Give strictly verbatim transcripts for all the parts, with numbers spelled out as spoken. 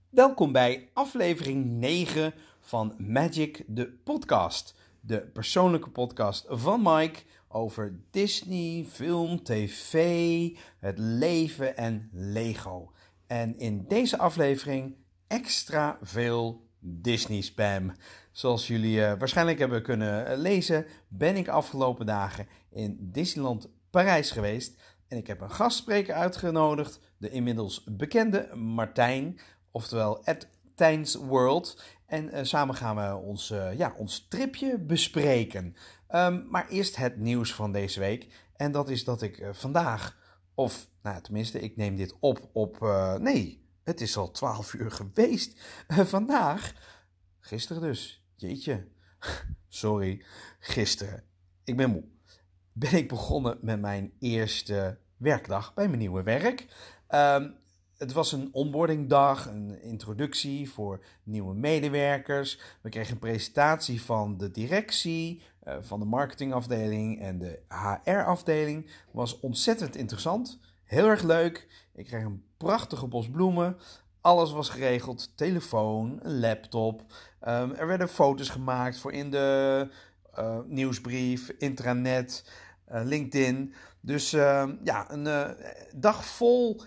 Welkom bij aflevering negen van Magic, de podcast. De persoonlijke podcast van Mike over Disney, film, tv, het leven en Lego. En in deze aflevering extra veel Disney spam. Zoals jullie uh, waarschijnlijk hebben kunnen lezen, ben ik afgelopen dagen in Disneyland Parijs geweest. En ik heb een gastspreker uitgenodigd, de inmiddels bekende Martijn, oftewel at Tijns World. En uh, samen gaan we ons, uh, ja, ons tripje bespreken. Um, maar eerst het nieuws van deze week. En dat is dat ik uh, vandaag, of nou, tenminste, ik neem dit op op... Uh, nee, het is al twaalf uur geweest. Uh, vandaag, gisteren dus, jeetje, sorry, gisteren, ik ben moe. Ben ik begonnen met mijn eerste werkdag bij mijn nieuwe werk. Um, Het was een onboardingdag, een introductie voor nieuwe medewerkers. We kregen een presentatie van de directie, uh, van de marketingafdeling en de H R-afdeling. Het was ontzettend interessant, heel erg leuk. Ik kreeg een prachtige bos bloemen. Alles was geregeld, telefoon, een laptop. Um, er werden foto's gemaakt voor in de uh, nieuwsbrief, intranet, uh, LinkedIn. Dus uh, ja, een uh, dag vol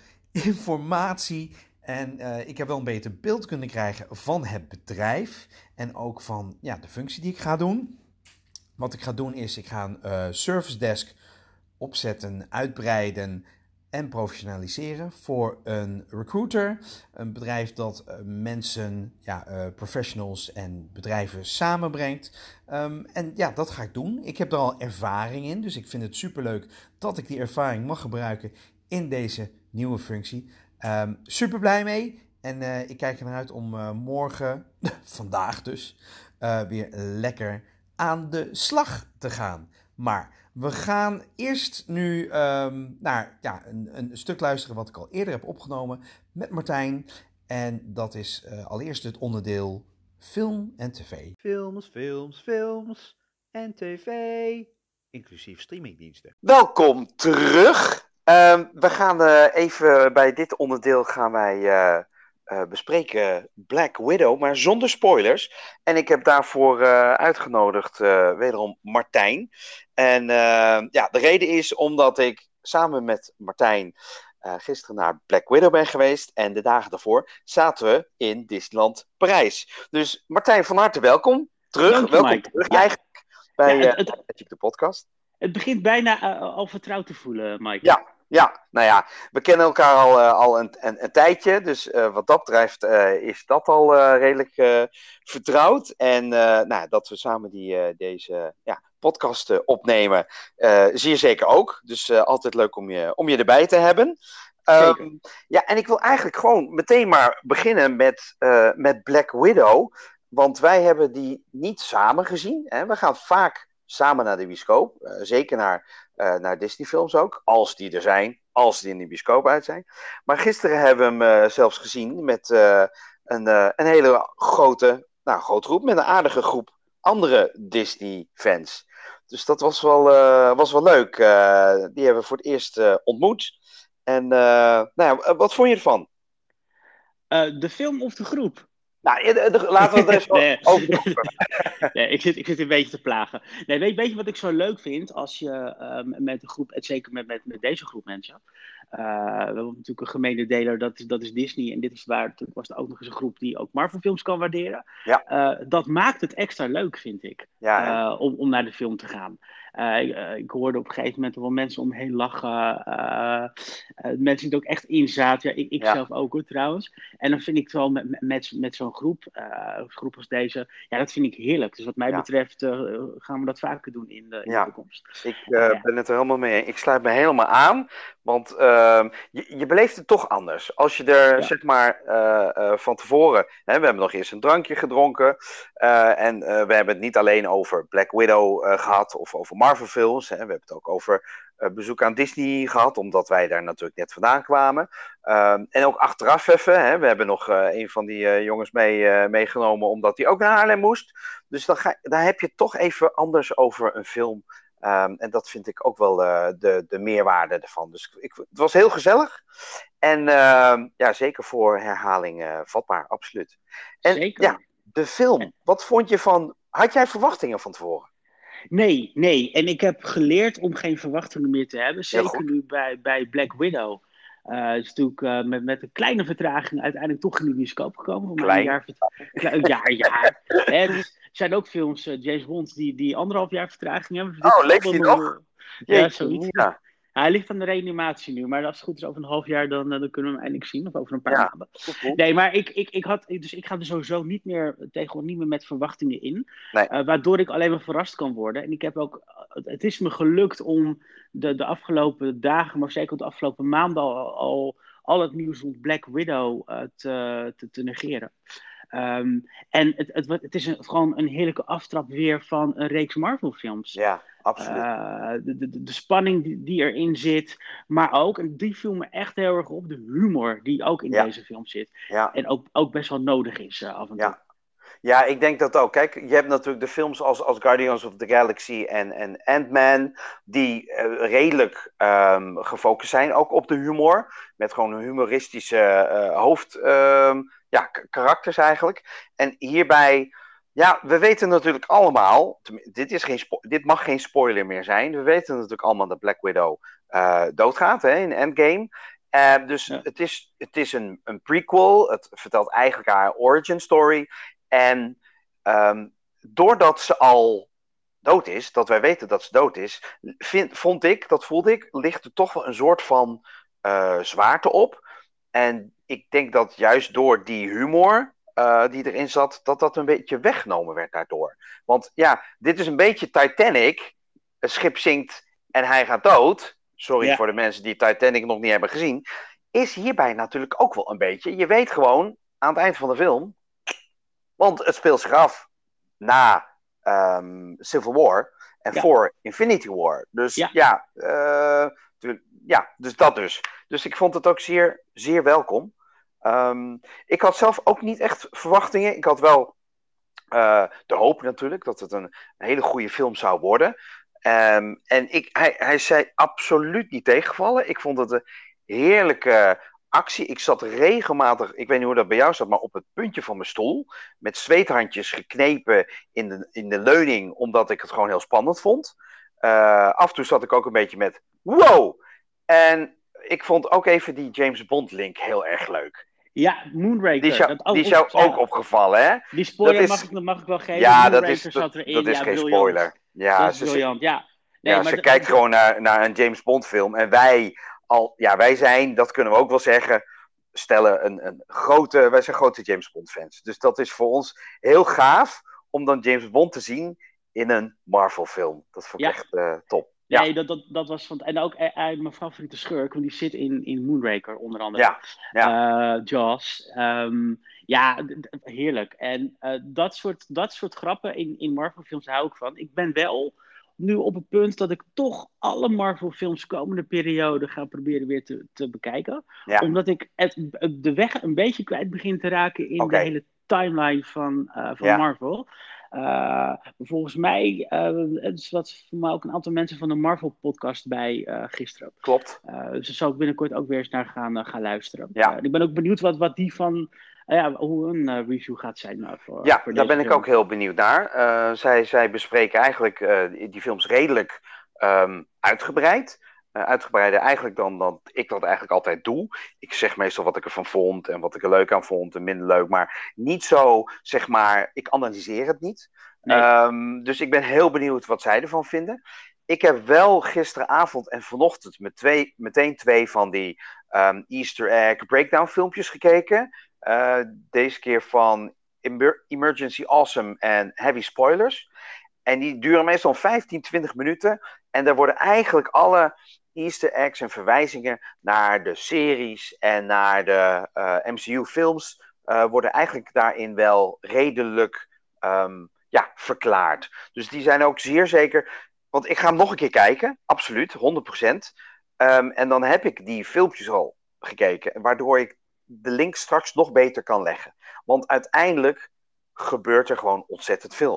informatie en uh, ik heb wel een beter beeld kunnen krijgen van het bedrijf en ook van ja, de functie die ik ga doen. Wat ik ga doen is, ik ga een uh, service desk opzetten, uitbreiden en professionaliseren voor een recruiter. Een bedrijf dat uh, mensen, ja, uh, professionals en bedrijven samenbrengt. Um, en ja, dat ga ik doen. Ik heb er al ervaring in, dus ik vind het superleuk dat ik die ervaring mag gebruiken in deze nieuwe functie. Um, super blij mee. En uh, ik kijk er naar uit om uh, morgen, vandaag dus, uh, weer lekker aan de slag te gaan. Maar we gaan eerst nu um, naar ja, een, een stuk luisteren wat ik al eerder heb opgenomen met Martijn. En dat is uh, allereerst het onderdeel film en tv. Films, films, films en tv. Inclusief streamingdiensten. Welkom terug. Uh, we gaan uh, even bij dit onderdeel gaan wij uh, uh, bespreken Black Widow, maar zonder spoilers. En ik heb daarvoor uh, uitgenodigd uh, wederom Martijn. En uh, ja, de reden is omdat ik samen met Martijn uh, gisteren naar Black Widow ben geweest. En de dagen daarvoor zaten we in Disneyland Parijs. Dus Martijn, van harte welkom. Terug, Dank je, welkom Mike. terug Ja. eigenlijk bij Ja, het, uh, het, de podcast. Het begint bijna uh, al vertrouwd te voelen, Mike. Ja. Ja, nou ja, we kennen elkaar al, uh, al een, een, een tijdje, dus uh, wat dat betreft uh, is dat al uh, redelijk uh, vertrouwd. En uh, nou, dat we samen die, uh, deze ja, podcast uh, opnemen, uh, zie je zeker ook. Dus uh, altijd leuk om je, om je erbij te hebben. Um, ja, en ik wil eigenlijk gewoon meteen maar beginnen met, uh, met Black Widow, want wij hebben die niet samen gezien. Hè? We gaan vaak samen naar de bioscoop, uh, zeker naar... Uh, naar Disney-films ook, als die er zijn, als die in de bioscoop uit zijn. Maar gisteren hebben we hem uh, zelfs gezien met uh, een, uh, een hele grote, nou, grote groep, met een aardige groep andere Disney-fans. Dus dat was wel, uh, was wel leuk. Uh, die hebben we voor het eerst uh, ontmoet. En uh, nou ja, wat vond je ervan? Uh, de film of de groep? Nou, laten we het even nee. over de groep. nee, ik zit, ik zit een beetje te plagen. Nee, weet, weet je wat ik zo leuk vind als je uh, met een groep, en zeker met, met, met deze groep mensen, uh, we hebben natuurlijk een gemene deler, dat is, dat is Disney. En dit is waar, natuurlijk was er ook nog eens een groep die ook Marvel films kan waarderen. Ja. Uh, dat maakt het extra leuk, vind ik, ja, uh, om, om naar de film te gaan. Uh, ik, uh, ik hoorde op een gegeven moment wel mensen om me heen lachen. Uh, uh, mensen die er ook echt in zaten. Ja, ik ik ja. zelf ook hoor, trouwens. En dan vind ik het wel met, met, met zo'n groep, uh, een groep als deze, ja, dat vind ik heerlijk. Dus wat mij ja. betreft uh, gaan we dat vaker doen in de, in ja. de toekomst. Ik uh, uh, ja. ben het er helemaal mee. Ik sluit me helemaal aan. Want uh, je, je beleeft het toch anders. Als je er, ja. zeg maar, uh, uh, van tevoren... Hè, we hebben nog eerst een drankje gedronken. Uh, en uh, we hebben het niet alleen over Black Widow uh, gehad of over Marvel films. Hè, we hebben het ook over uh, bezoek aan Disney gehad. Omdat wij daar natuurlijk net vandaan kwamen. Uh, en ook achteraf even. Hè, we hebben nog uh, een van die uh, jongens mee, uh, meegenomen. Omdat hij ook naar Haarlem moest. Dus dan, ga, dan heb je het toch even anders over een film... Um, en dat vind ik ook wel uh, de, de meerwaarde ervan. Dus ik, het was heel gezellig. En uh, ja, zeker voor herhaling uh, vatbaar, absoluut. En Zeker. Ja, de film. Wat vond je van... Had jij verwachtingen van tevoren? Nee, nee. En ik heb geleerd om geen verwachtingen meer te hebben. Zeker nu bij, bij Black Widow. Uh, het is natuurlijk uh, met, met een kleine vertraging uiteindelijk toch in de bioscoop gekomen. Voor Klein. Een jaar, Klein, een jaar, jaar. Hè, dus er zijn ook films, uh, James Bond, die, die anderhalf jaar vertraging hebben. Dus oh, leeft hij nog? Ja, Jeetje, zoiets. Ja. Hij ligt aan de reanimatie nu, maar als het goed is over een half jaar, dan, dan kunnen we hem eindelijk zien. Of over een paar ja. maanden. Nee, maar ik, ik, ik, had, dus ik ga er sowieso niet meer, tegenwoordig niet meer met verwachtingen in. Nee. Uh, waardoor ik alleen maar verrast kan worden. En ik heb ook, het is me gelukt om de, de afgelopen dagen, maar zeker de afgelopen maanden al, al, al het nieuws rond Black Widow uh, te, te, te negeren. Um, en het, het, het is een, gewoon een heerlijke aftrap weer van een reeks Marvel-films. Ja, absoluut. Uh, de, de, de spanning die, die erin zit, maar ook, en die viel me echt heel erg op, de humor die ook in ja. deze film zit. Ja. En ook, ook best wel nodig is uh, af en toe. Ja. Ja, ik denk dat ook. Kijk, je hebt natuurlijk de films als, als Guardians of the Galaxy en, en Ant-Man, die uh, redelijk um, gefocust zijn, ook op de humor. Met gewoon een humoristische uh, hoofd, uh, ja, k- karakters eigenlijk. En hierbij, ja, we weten natuurlijk allemaal, dit, is geen spo- dit mag geen spoiler meer zijn, we weten natuurlijk allemaal dat Black Widow uh, doodgaat hè, in Endgame. Uh, dus ja. het is, het is een, een prequel, het vertelt eigenlijk haar origin story. En um, doordat ze al dood is, dat wij weten dat ze dood is, vind, vond ik, dat voelde ik, ligt er toch wel een soort van uh, zwaarte op. En ik denk dat juist door die humor uh, die erin zat, dat dat een beetje weggenomen werd daardoor. Want ja, dit is een beetje Titanic. Het schip zinkt en hij gaat dood. Sorry ja. voor de mensen die Titanic nog niet hebben gezien. Is hierbij natuurlijk ook wel een beetje. Je weet gewoon, aan het eind van de film, want het speelt zich af na um, Civil War en ja. voor Infinity War. Dus ja, ja, uh, tu- ja, dus dat dus. Dus ik vond het ook zeer, zeer welkom. Um, ik had zelf ook niet echt verwachtingen. Ik had wel uh, de hoop natuurlijk dat het een, een hele goede film zou worden. Um, en ik, hij, hij zei absoluut niet tegenvallen. Ik vond het een heerlijke actie. Ik zat regelmatig, ik weet niet hoe dat bij jou zat, maar op het puntje van mijn stoel. Met zweethandjes geknepen in de, in de leuning, omdat ik het gewoon heel spannend vond. Uh, af en toe zat ik ook een beetje met wow! En ik vond ook even die James Bond link heel erg leuk. Ja, Moonraker. Die is jou, dat die is jou ook ja. opgevallen, hè? Die spoiler is, mag, ik, mag ik wel geven. Ja, Moonraker dat is, zat erin. dat is ja, geen briljant. spoiler. Ja, dat is ze, briljant, ja. Nee, ja, maar ze d- kijkt d- gewoon naar, naar een James Bond film. En wij, al, ja, wij zijn, dat kunnen we ook wel zeggen, stellen een, een grote, wij zijn grote James Bond fans. Dus dat is voor ons heel gaaf om dan James Bond te zien in een Marvel film. Dat vond ik ja. echt uh, top. Nee, ja. dat, dat, dat was van. En ook uh, mijn favoriete schurk, want die zit in, in Moonraker onder andere. Ja, ja. Uh, Jaws. Um, ja, d- d- heerlijk. En uh, dat, soort, dat soort grappen in, in Marvel-films hou ik van. Ik ben wel nu op het punt dat ik toch alle Marvel-films komende periode ga proberen weer te, te bekijken. Ja. Omdat ik het, de weg een beetje kwijt begin te raken in okay. de hele timeline van, uh, van ja. Marvel. Uh, volgens mij, uh, het is wat voor mij ook een aantal mensen van de Marvel-podcast bij uh, gisteren. Klopt. Uh, dus daar zal ik binnenkort ook weer eens naar gaan, uh, gaan luisteren. Ja. Uh, ik ben ook benieuwd wat, wat die van, uh, ja, hoe een uh, review gaat zijn. Uh, voor, ja, voor daar ben film. ik ook heel benieuwd naar. Uh, zij, zij bespreken eigenlijk uh, die, die films redelijk um, uitgebreid. Uh, uitgebreider eigenlijk dan, dan ik dat eigenlijk altijd doe. Ik zeg meestal wat ik ervan vond en wat ik er leuk aan vond en minder leuk. Maar niet zo, zeg maar, ik analyseer het niet. Nee. Um, dus ik ben heel benieuwd wat zij ervan vinden. Ik heb wel gisteravond en vanochtend met twee, meteen twee van die um, Easter egg breakdown filmpjes gekeken. Uh, deze keer van Emer- Emergency Awesome en Heavy Spoilers. En die duren meestal vijftien, twintig minuten. En daar worden eigenlijk alle Easter eggs en verwijzingen naar de series en naar de uh, M C U-films uh, worden eigenlijk daarin wel redelijk um, ja, verklaard. Dus die zijn ook zeer zeker. Want ik ga hem nog een keer kijken, absoluut, honderd procent. Um, en dan heb ik die filmpjes al gekeken, waardoor ik de link straks nog beter kan leggen. Want uiteindelijk gebeurt er gewoon ontzettend veel.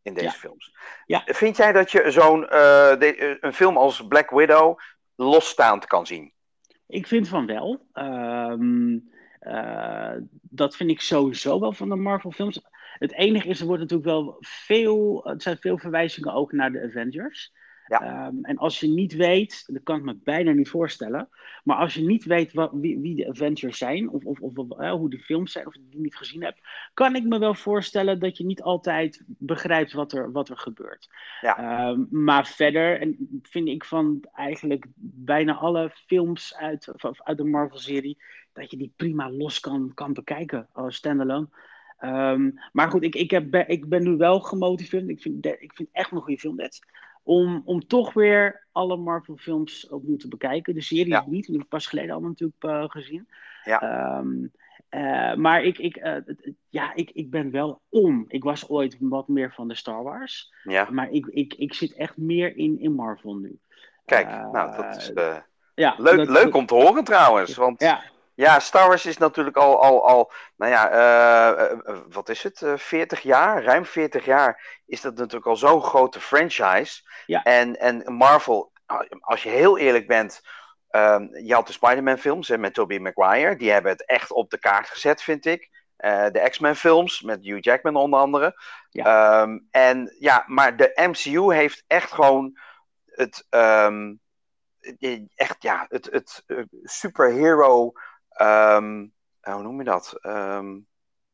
in deze Ja. films. Ja. Vind jij dat je zo'n uh, de, een film als Black Widow losstaand kan zien? Ik vind van wel. Um, uh, dat vind ik sowieso wel van de Marvel films. Het enige is, er wordt natuurlijk wel veel, er zijn veel verwijzingen ook naar de Avengers. Ja. Um, en als je niet weet, dat kan ik me bijna niet voorstellen, maar als je niet weet wat, wie, wie de Avengers zijn, of, of, of uh, hoe de films zijn, of je die niet gezien hebt, kan ik me wel voorstellen dat je niet altijd begrijpt wat er, wat er gebeurt. Ja. Um, maar verder en vind ik van eigenlijk bijna alle films uit, uit de Marvel-serie, dat je die prima los kan, kan bekijken als standalone. Um, maar goed, ik, ik, heb, ik ben nu wel gemotiveerd. Ik vind, ik vind echt een goede film dit. Om, om toch weer alle Marvel-films opnieuw te bekijken. De serie ja. niet, die heb ik pas geleden al natuurlijk uh, gezien. Ja. Um, uh, maar ik, ik, uh, ja, ik, ik ben wel om. Ik was ooit wat meer van de Star Wars. Ja. Maar ik, ik, ik zit echt meer in, in Marvel nu. Kijk, uh, nou, dat is uh, ja, leuk, dat, leuk dat, om te horen trouwens. Want ja. Ja, Star Wars is natuurlijk al, al, al nou ja, uh, uh, wat is het, uh, veertig jaar, ruim veertig jaar is dat natuurlijk al zo'n grote franchise. Ja. En, en Marvel, als je heel eerlijk bent, um, je had de Spider-Man films hè, met Tobey Maguire, die hebben het echt op de kaart gezet, vind ik. Uh, de X-Men films met Hugh Jackman onder andere. Ja. Um, en ja, maar de M C U heeft echt gewoon het, um, echt ja, het, het uh, superhero... Um, hoe noem je dat? Um,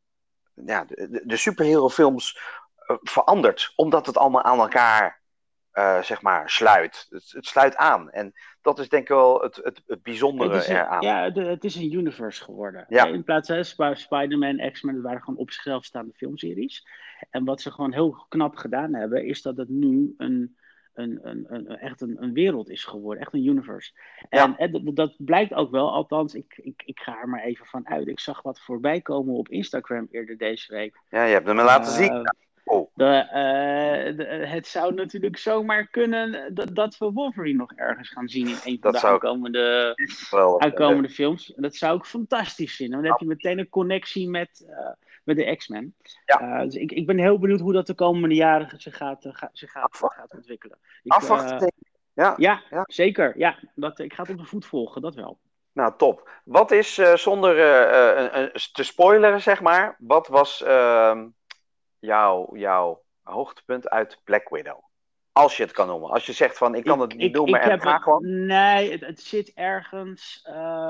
ja, de, de superhero films uh, verandert, omdat het allemaal aan elkaar uh, zeg maar sluit. Het, het sluit aan. En dat is denk ik wel het, het, het bijzondere het een, eraan. Ja, de, het is een universe geworden. Ja. In plaats van Sp- Spider-Man, X-Men, dat waren gewoon op zichzelf staande filmseries. En wat ze gewoon heel knap gedaan hebben, is dat het nu een Een, een, een, echt een, een wereld is geworden, echt een universe. En, ja. en dat, dat blijkt ook wel, althans, ik, ik, ik ga er maar even van uit. Ik zag wat voorbij komen op Instagram eerder deze week. Ja, je hebt hem laten uh, zien. Oh. De, uh, de, het zou natuurlijk zomaar kunnen dat, dat we Wolverine nog ergens gaan zien in een van dat de aankomende, ik... aankomende films. En dat zou ik fantastisch vinden. Dan heb je meteen een connectie met... Uh, met de X-Men. Ja. Uh, dus ik, ik ben heel benieuwd hoe dat de komende jaren zich gaat, uh, ga, zich gaat, uh, gaat ontwikkelen. Ik, Afwachten. Uh, ja, ja, ja, zeker. Ja, dat, ik ga het op de voet volgen, dat wel. Nou, top. Wat is, uh, zonder uh, uh, te spoileren, zeg maar, wat was uh, jouw, jouw hoogtepunt uit Black Widow? Als je het kan noemen. Als je zegt van, ik kan ik, het niet ik, noemen ik en ga gewoon... Nee, het, het zit ergens...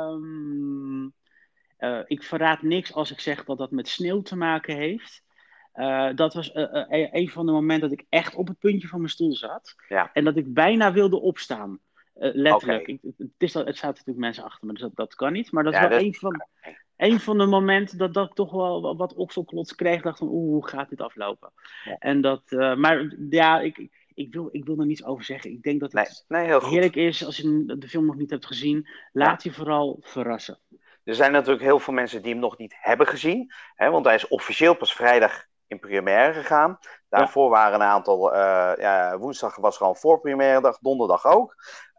Um... Uh, ik verraad niks als ik zeg dat dat met sneeuw te maken heeft. Uh, dat was uh, uh, een van de momenten dat ik echt op het puntje van mijn stoel zat. Ja. En dat ik bijna wilde opstaan. Uh, letterlijk. Okay. Ik, het, is dat, het zaten natuurlijk mensen achter me, dus dat, dat kan niet. Maar dat is ja, wel dat... een van, een van de momenten dat, dat ik toch wel wat okselklots kreeg. dacht van, oeh, hoe gaat dit aflopen? Ja. En dat, uh, maar ja, ik... Ik wil, ik wil er niets over zeggen. Ik denk dat het nee, nee, heel heerlijk goed. is als je de film nog niet hebt gezien. Laat ja. je vooral verrassen. Er zijn natuurlijk heel veel mensen die hem nog niet hebben gezien. Hè, want hij is officieel pas vrijdag in première gegaan. Daarvoor ja. waren een aantal... Uh, ja, woensdag was gewoon voorpremière dag, donderdag ook.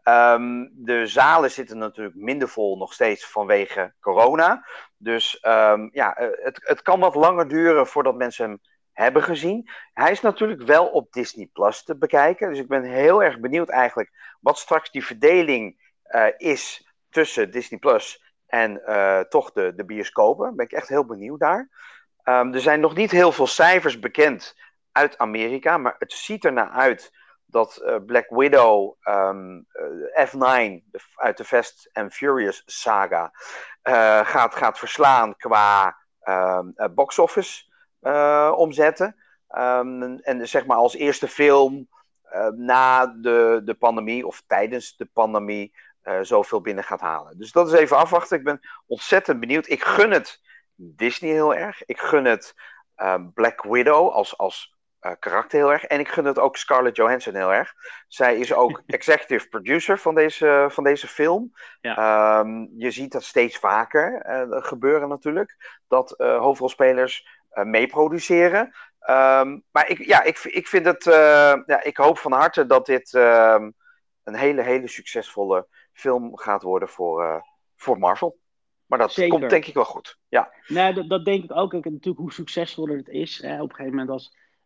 Um, de zalen zitten natuurlijk minder vol nog steeds vanwege corona. Dus um, ja, het, het kan wat langer duren voordat mensen hem hebben gezien. Hij is natuurlijk wel op Disney Plus te bekijken. Dus ik ben heel erg benieuwd eigenlijk wat straks die verdeling uh, is tussen Disney Plus en uh, toch de, de bioscopen. Ben ik echt heel benieuwd daar. Um, er zijn nog niet heel veel cijfers bekend uit Amerika, maar het ziet er naar uit dat uh, Black Widow um, uh, F negen de, uit de Fast and Furious saga uh, gaat, gaat verslaan qua um, uh, box office uh, omzetten. Um, en, en zeg maar als eerste film uh, na de, de pandemie of tijdens de pandemie uh, zoveel binnen gaat halen. Dus dat is even afwachten. Ik ben ontzettend benieuwd. Ik gun het Disney heel erg. Ik gun het uh, Black Widow als, als uh, karakter heel erg. En ik gun het ook Scarlett Johansson heel erg. Zij is ook executive producer van deze, van deze film. Ja. Um, je ziet dat steeds vaker uh, gebeuren natuurlijk. Dat uh, hoofdrolspelers uh, meeproduceren. Um, maar ik, ja, ik, ik vind het... Uh, ja, ik hoop van harte dat dit uh, een hele, hele succesvolle film gaat worden voor, uh, voor Marvel. Maar dat Zeker. Komt denk ik wel goed. Ja. Nee, dat, dat denk ik ook. Ik, natuurlijk hoe succesvoller het is. Hè. Op een gegeven moment als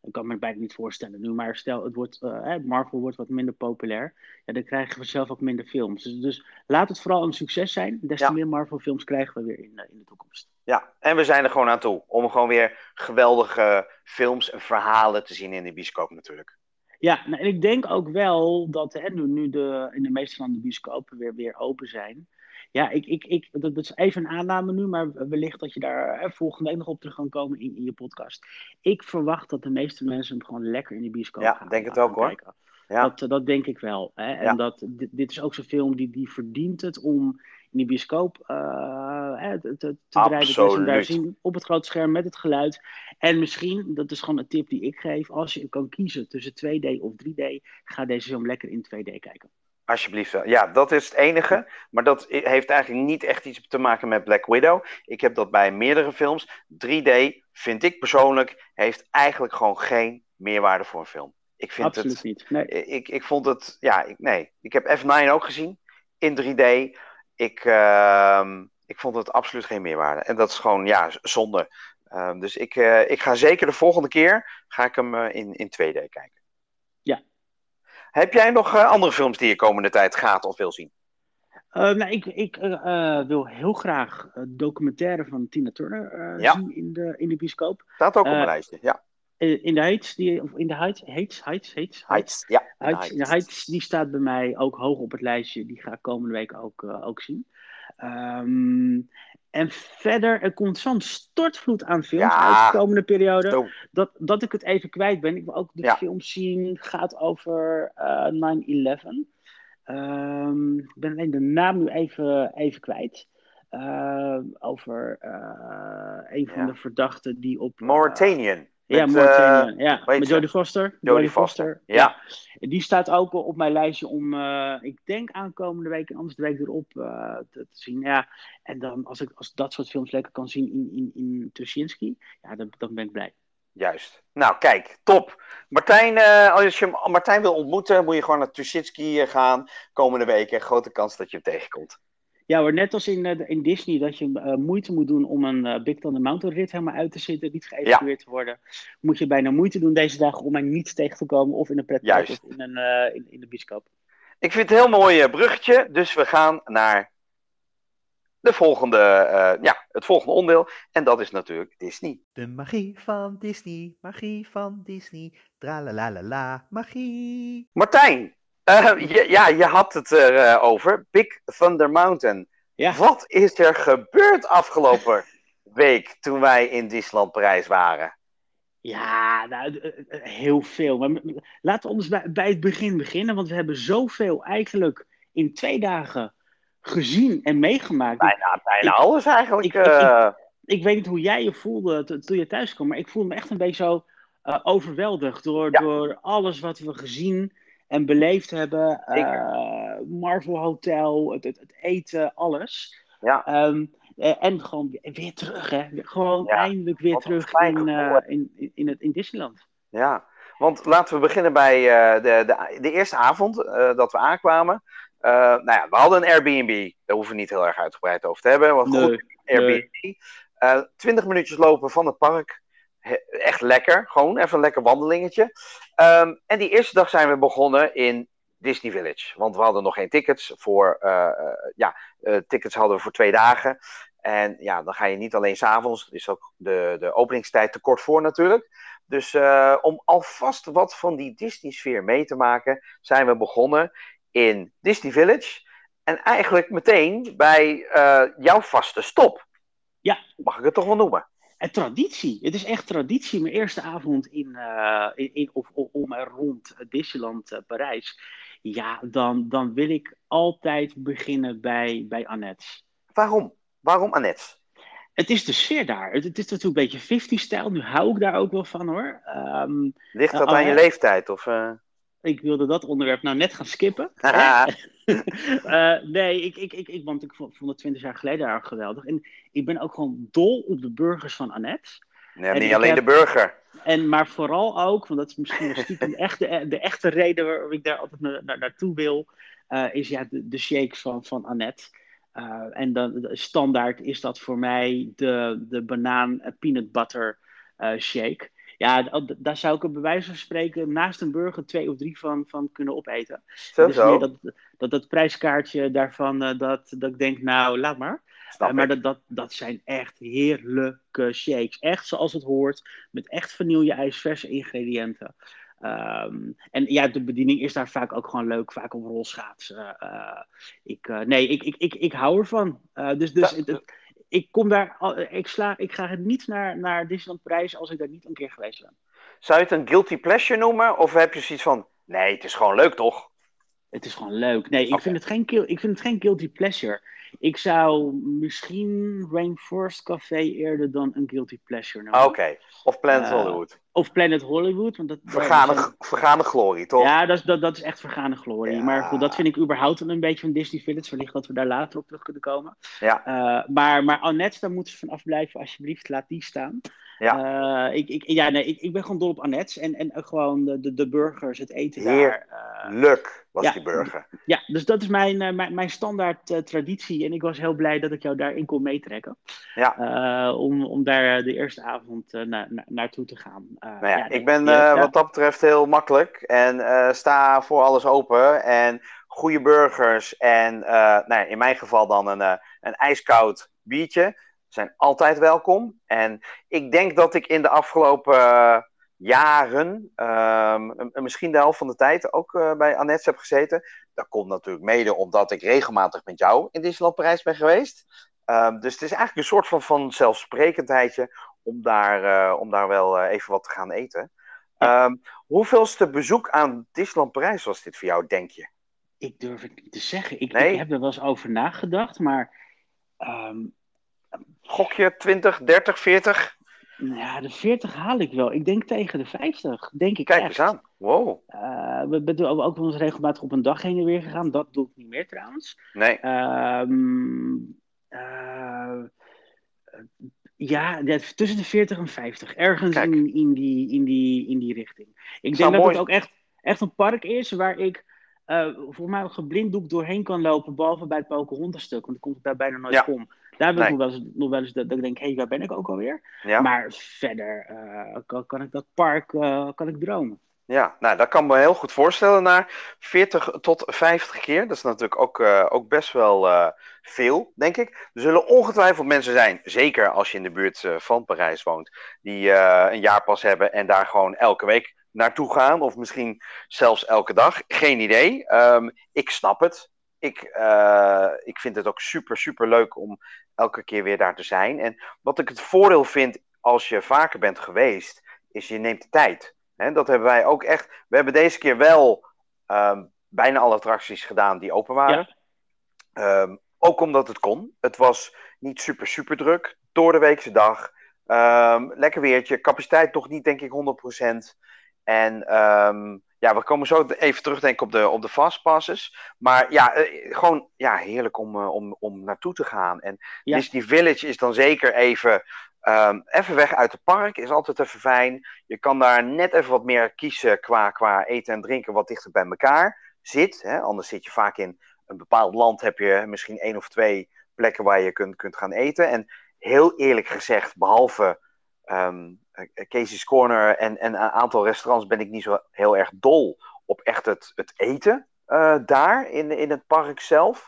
Ik kan me bijna niet voorstellen nu, maar stel, het wordt, uh, Marvel wordt wat minder populair. Ja, dan krijgen we zelf ook minder films. Dus, dus laat het vooral een succes zijn. Des te Ja. meer Marvel-films krijgen we weer in, uh, in de toekomst. Ja, en we zijn er gewoon aan toe. Om gewoon weer geweldige films en verhalen te zien in de bioscoop natuurlijk. Ja, nou, en ik denk ook wel dat hè, nu, nu de, in de meeste van de bioscopen weer, weer open zijn. Ja, ik, ik, ik, dat, dat is even een aanname nu, maar wellicht dat je daar hè, volgende week nog op terug kan komen in, in je podcast. Ik verwacht dat de meeste mensen hem gewoon lekker in de bioscoop Ja, gaan, denk het gaan ook hoor. kijken. Ja. Dat, dat denk ik wel. Hè? En Ja. dat, dit, dit is ook zo'n film die, die verdient het om in de bioscoop uh, hè, te, te, te draaien. Dat mensen daar zien op het grote scherm met het geluid. En misschien, dat is gewoon een tip die ik geef, als je kan kiezen tussen twee D of drie D, ga deze film lekker in twee D kijken. Alsjeblieft wel. Ja, dat is het enige. Maar dat heeft eigenlijk niet echt iets te maken met Black Widow. Ik heb dat bij meerdere films. drie D, vind ik persoonlijk, heeft eigenlijk gewoon geen meerwaarde voor een film. Ik vind Absoluut het, niet. Nee. Ik, ik vond het, ja, ik, nee. Ik heb F negen ook gezien in drie D. Ik, uh, ik vond het absoluut geen meerwaarde. En dat is gewoon, ja, zonde. Uh, dus ik, uh, ik ga zeker de volgende keer, ga ik hem uh, in, in twee D kijken. Ja. Heb jij nog uh, andere films die je komende tijd gaat of wil zien? Uh, nou, ik ik uh, wil heel graag een documentaire van Tina Turner uh, ja. zien in de, in de bioscoop. Staat ook uh, op mijn lijstje, ja. In de Heights, die, of in de Heights, Heights, Heights, Heights, Heights, ja. In Heights, de Heights. Heights, die staat bij mij ook hoog op het lijstje. Die ga ik komende week ook, uh, ook zien. Um, en verder, er komt zo'n stortvloed aan films ja. uit de komende periode, Zo. dat, dat ik het even kwijt ben. Ik wil ook de ja. film zien, gaat over uh, nine eleven. Um, ik ben alleen de naam nu even, even kwijt. Uh, over uh, een van ja. de verdachten die op... Uh, Mauritanian. Ja, met, Mauritanian. Uh, ja, met Jodie Foster. Jodie, Jodie Foster. Foster. Ja. ja. Die staat ook op mijn lijstje om, uh, ik denk aankomende week en anders de week erop uh, te, te zien. Ja. En dan, als ik als dat soort films lekker kan zien in, in, in Tuschinski, ja, dan, dan ben ik blij. Juist. Nou, kijk, top. Martijn, uh, als je Martijn wil ontmoeten, moet je gewoon naar Tuschinski gaan komende weken. Grote kans dat je hem tegenkomt. Ja hoor, net als in, uh, in Disney, dat je uh, moeite moet doen om een uh, Big Thunder Mountain rit helemaal uit te zitten, niet geëvacueerd ja. te worden, moet je bijna moeite doen deze dagen om mij niet tegen te komen of in een pretpark of in, een, uh, in, in de bioscoop. Ik vind het een heel mooi uh, bruggetje, dus we gaan naar de volgende, uh, ja, het volgende onderdeel en dat is natuurlijk Disney. De magie van Disney, magie van Disney, tralalalala, magie. Martijn! Uh, je, ja, je had het erover. Uh, Big Thunder Mountain. Ja. Wat is er gebeurd afgelopen week toen wij in Disneyland Parijs waren? Ja, nou, heel veel. Maar laten we anders bij, bij het begin beginnen. Want we hebben zoveel eigenlijk in twee dagen gezien en meegemaakt. Bijna, bijna ik, alles eigenlijk. Ik, uh... ik, ik, ik weet niet hoe jij je voelde toen je thuis kwam. Maar ik voelde me echt een beetje zo uh, overweldigd door, ja. door alles wat we gezien en beleefd hebben. Uh, Marvel Hotel, het, het, het eten, alles. Ja. Um, en gewoon weer terug, hè. Gewoon ja, eindelijk weer terug in, uh, in, in, in, het, in Disneyland. Ja, want laten we beginnen bij uh, de, de, de eerste avond uh, dat we aankwamen. Uh, nou ja, we hadden een Airbnb. Daar hoeven we niet heel erg uitgebreid over te hebben. Wat nee, goed, Airbnb. Nee. Uh, twintig minuutjes lopen van het park. He, echt lekker. Gewoon even een lekker wandelingetje. Um, en die eerste dag zijn we begonnen in Disney Village. Want we hadden nog geen tickets voor... Uh, uh, ja, uh, tickets hadden we voor twee dagen. En ja, dan ga je niet alleen 's avonds. Er is ook de, de openingstijd te kort voor natuurlijk. Dus uh, om alvast wat van die Disney-sfeer mee te maken... zijn we begonnen in Disney Village. En eigenlijk meteen bij uh, jouw vaste stop. Ja. Mag ik het toch wel noemen? En traditie. Het is echt traditie. Mijn eerste avond in, uh, in, in, of, of, om en rond Disneyland uh, Parijs. Ja, dan, dan wil ik altijd beginnen bij, bij Annette. Waarom? Waarom Annette? Het is de sfeer daar. Het, het is natuurlijk een beetje fifties-stijl. Nu hou ik daar ook wel van, hoor. Um, Ligt dat uh, aan uh, je leeftijd? Of, uh... Ik wilde dat onderwerp nou net gaan skippen. uh, nee, ik, ik, ik, ik, want ik vond het twintig jaar geleden daar geweldig. En ik ben ook gewoon dol op de burgers van Annette. Nee, en niet alleen heb, de burger. En, maar vooral ook, want dat is misschien stiekem echt de, de echte reden waarom ik daar altijd na, na, naartoe wil, uh, is ja, de, de shakes van, van Annette. Uh, en dan de, standaard is dat voor mij de, de banaan peanut butter uh, shake. Ja, d- daar zou ik er bij wijze van spreken naast een burger twee of drie van, van kunnen opeten. Zo, Het is meer zo. dat, dat, dat prijskaartje daarvan, eh, dat, dat ik denk, nou, laat maar. Eh, Snap maar ik. dat, dat, dat zijn echt heerlijke shakes. Echt zoals het hoort, met echt vanille-ijs, verse ingrediënten. Ehm, en ja, de bediening is daar vaak ook gewoon leuk, vaak op rolschaatsen. Eh, ik, eh, nee, ik, ik, ik, ik hou ervan. Eh, dus dus Zo- het, het- ik kom daar, al- ik, sla, ik ga niet naar, naar Disneyland Parijs als ik daar niet een keer geweest ben. Zou je het een guilty pleasure noemen? Of heb je zoiets van, nee, het is gewoon leuk, toch? Het is gewoon leuk. Nee, ik Oké. vind het geen, guil- ik vind het geen guilty pleasure. Ik zou misschien Rainforest Café eerder dan een guilty pleasure noemen. Oké. Of Planet Eh, Hollywood. Of Planet Hollywood. Want dat, daar Vergane, zijn- vergane glorie, toch? ja, dat, is- dat, dat is echt vergane glorie. Ja. Maar goed, dat vind ik überhaupt wel een beetje van Disney Village. Wellicht dat we daar later op terug kunnen komen. Ja, Eh, maar, maar Annette, daar moeten ze van afblijven. Alsjeblieft, laat die staan. ja. Eh, ik, ik, ja, nee, ik, ik ben gewoon dol op Annette's. En, en eh, gewoon de, de, de burgers, het eten Heer- daar. eh, Leuk was ja. die burger. ja, dus dat is mijn, eh, mijn, mijn standaard eh, traditie. En ik was heel blij dat ik jou daarin kon meetrekken. Ja. Eh, om, om daar eh, de eerste avond eh, na, na, naartoe te gaan. Eh, Nou ja, ja, ik ben ja, eh, ja. wat dat betreft heel makkelijk en eh, sta voor alles open. En goede burgers en eh, nou ja, in mijn geval dan een, eh, een ijskoud biertje zijn altijd welkom. En ik denk dat ik in de afgelopen eh, jaren, ehm, misschien de helft van de tijd, ook eh, bij Annette's heb gezeten. Dat komt natuurlijk mede omdat ik regelmatig met jou in Disneyland Parijs ben geweest. Ehm, dus het is eigenlijk een soort van, van zelfsprekendheidje om daar, uh, om daar wel uh, even wat te gaan eten. Ja. Um, hoeveelste bezoek aan Disneyland Parijs was dit voor jou, denk je? Ik durf het niet te zeggen. Ik, Nee? ik heb er wel eens over nagedacht, maar... Um, Gok je twintig, dertig, veertig? Ja, de veertig haal ik wel. Ik denk tegen de vijftig, denk ik Kijk echt. eens aan. Wow. Uh, we zijn ook wel eens regelmatig op een dag heen en weer gegaan. Dat doe ik niet meer trouwens. Nee. Um, uh, ja, tussen de veertig en vijftig. Ergens in, in, die, in, die, in die richting. Ik denk dat mooi... het ook echt, echt een park is waar ik uh, voor mij geblinddoek doorheen kan lopen. Behalve bij het Pocahontas-stuk. Want dan komt ik daar bijna nooit ja. kom. Daar heb ik nee. nog wel eens, nog wel eens dat, dat ik denk, hé, hey, waar ben ik ook alweer? Ja. Maar verder uh, kan, kan ik dat park uh, kan ik dromen. Ja, nou, dat kan me heel goed voorstellen. Naar veertig tot vijftig keer. Dat is natuurlijk ook, uh, ook best wel uh, veel, denk ik. Er zullen ongetwijfeld mensen zijn, zeker als je in de buurt uh, van Parijs woont, die uh, een jaarpas hebben en daar gewoon elke week naartoe gaan. Of misschien zelfs elke dag. Geen idee. Um, ik snap het. Ik, uh, ik vind het ook super, super leuk om elke keer weer daar te zijn. En wat ik het voordeel vind als je vaker bent geweest, is je neemt de tijd. He, dat hebben wij ook echt. We hebben deze keer wel um, bijna alle attracties gedaan die open waren. Ja. Um, ook omdat het kon. Het was niet super, super druk. Door de weekse dag. Um, lekker weertje. Capaciteit toch niet, denk ik, honderd procent. En um, ja, we komen zo even terugdenken op de, op de fastpasses. Maar ja, uh, gewoon ja, heerlijk om, uh, om, om naartoe te gaan. En ja. Disney Village is dan zeker even... Um, even weg uit het park, is altijd even fijn. Je kan daar net even wat meer kiezen qua, qua eten en drinken wat dichter bij elkaar zit. Hè? Anders zit je vaak in een bepaald land, heb je misschien één of twee plekken waar je kunt, kunt gaan eten. En heel eerlijk gezegd, behalve um, Casey's Corner en, en een aantal restaurants ben ik niet zo heel erg dol op echt het, het eten uh, daar in, in het park zelf.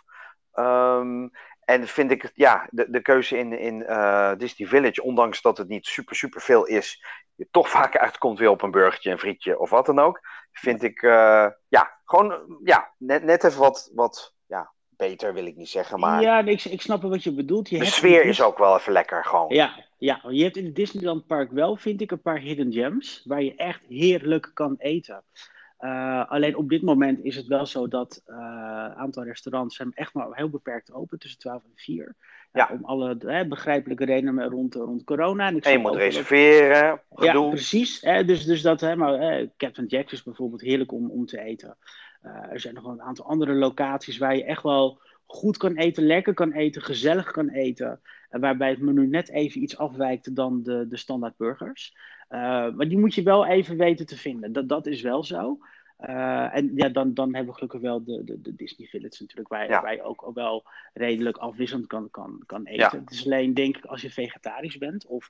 Um, En vind ik, ja, de, de keuze in, in uh, Disney Village, ondanks dat het niet super, super veel is, je toch vaak uitkomt weer op een burgertje, een frietje of wat dan ook, vind ik, uh, ja, gewoon, ja, net, net even wat, wat, ja, beter wil ik niet zeggen, maar... Ja, ik, ik snap wat je bedoelt. Je de hebt sfeer is ook wel even lekker, gewoon. Ja, ja, je hebt in het Disneyland Park wel, vind ik, een paar hidden gems, waar je echt heerlijk kan eten. Uh, alleen op dit moment is het wel zo dat een uh, aantal restaurants zijn echt maar heel beperkt open, tussen twaalf en vier. Ja. Uh, om alle hè, begrijpelijke redenen rond, rond corona. En, ik en je moet reserveren. Dat... Ja, precies. Hè, dus, dus dat, hè, maar, hè, Captain Jack's is bijvoorbeeld heerlijk om, om te eten. Uh, er zijn nog wel een aantal andere locaties waar je echt wel goed kan eten, lekker kan eten, gezellig kan eten. Uh, waarbij het menu net even iets afwijkt dan de, de standaard burgers. Uh, maar die moet je wel even weten te vinden. Dat, dat is wel zo. Uh, en ja, dan, dan hebben we gelukkig wel de, de, de Disney Village natuurlijk, waar, ja. waar je ook wel redelijk afwisselend kan, kan, kan eten. Ja. Het is alleen, denk ik, als je vegetarisch bent of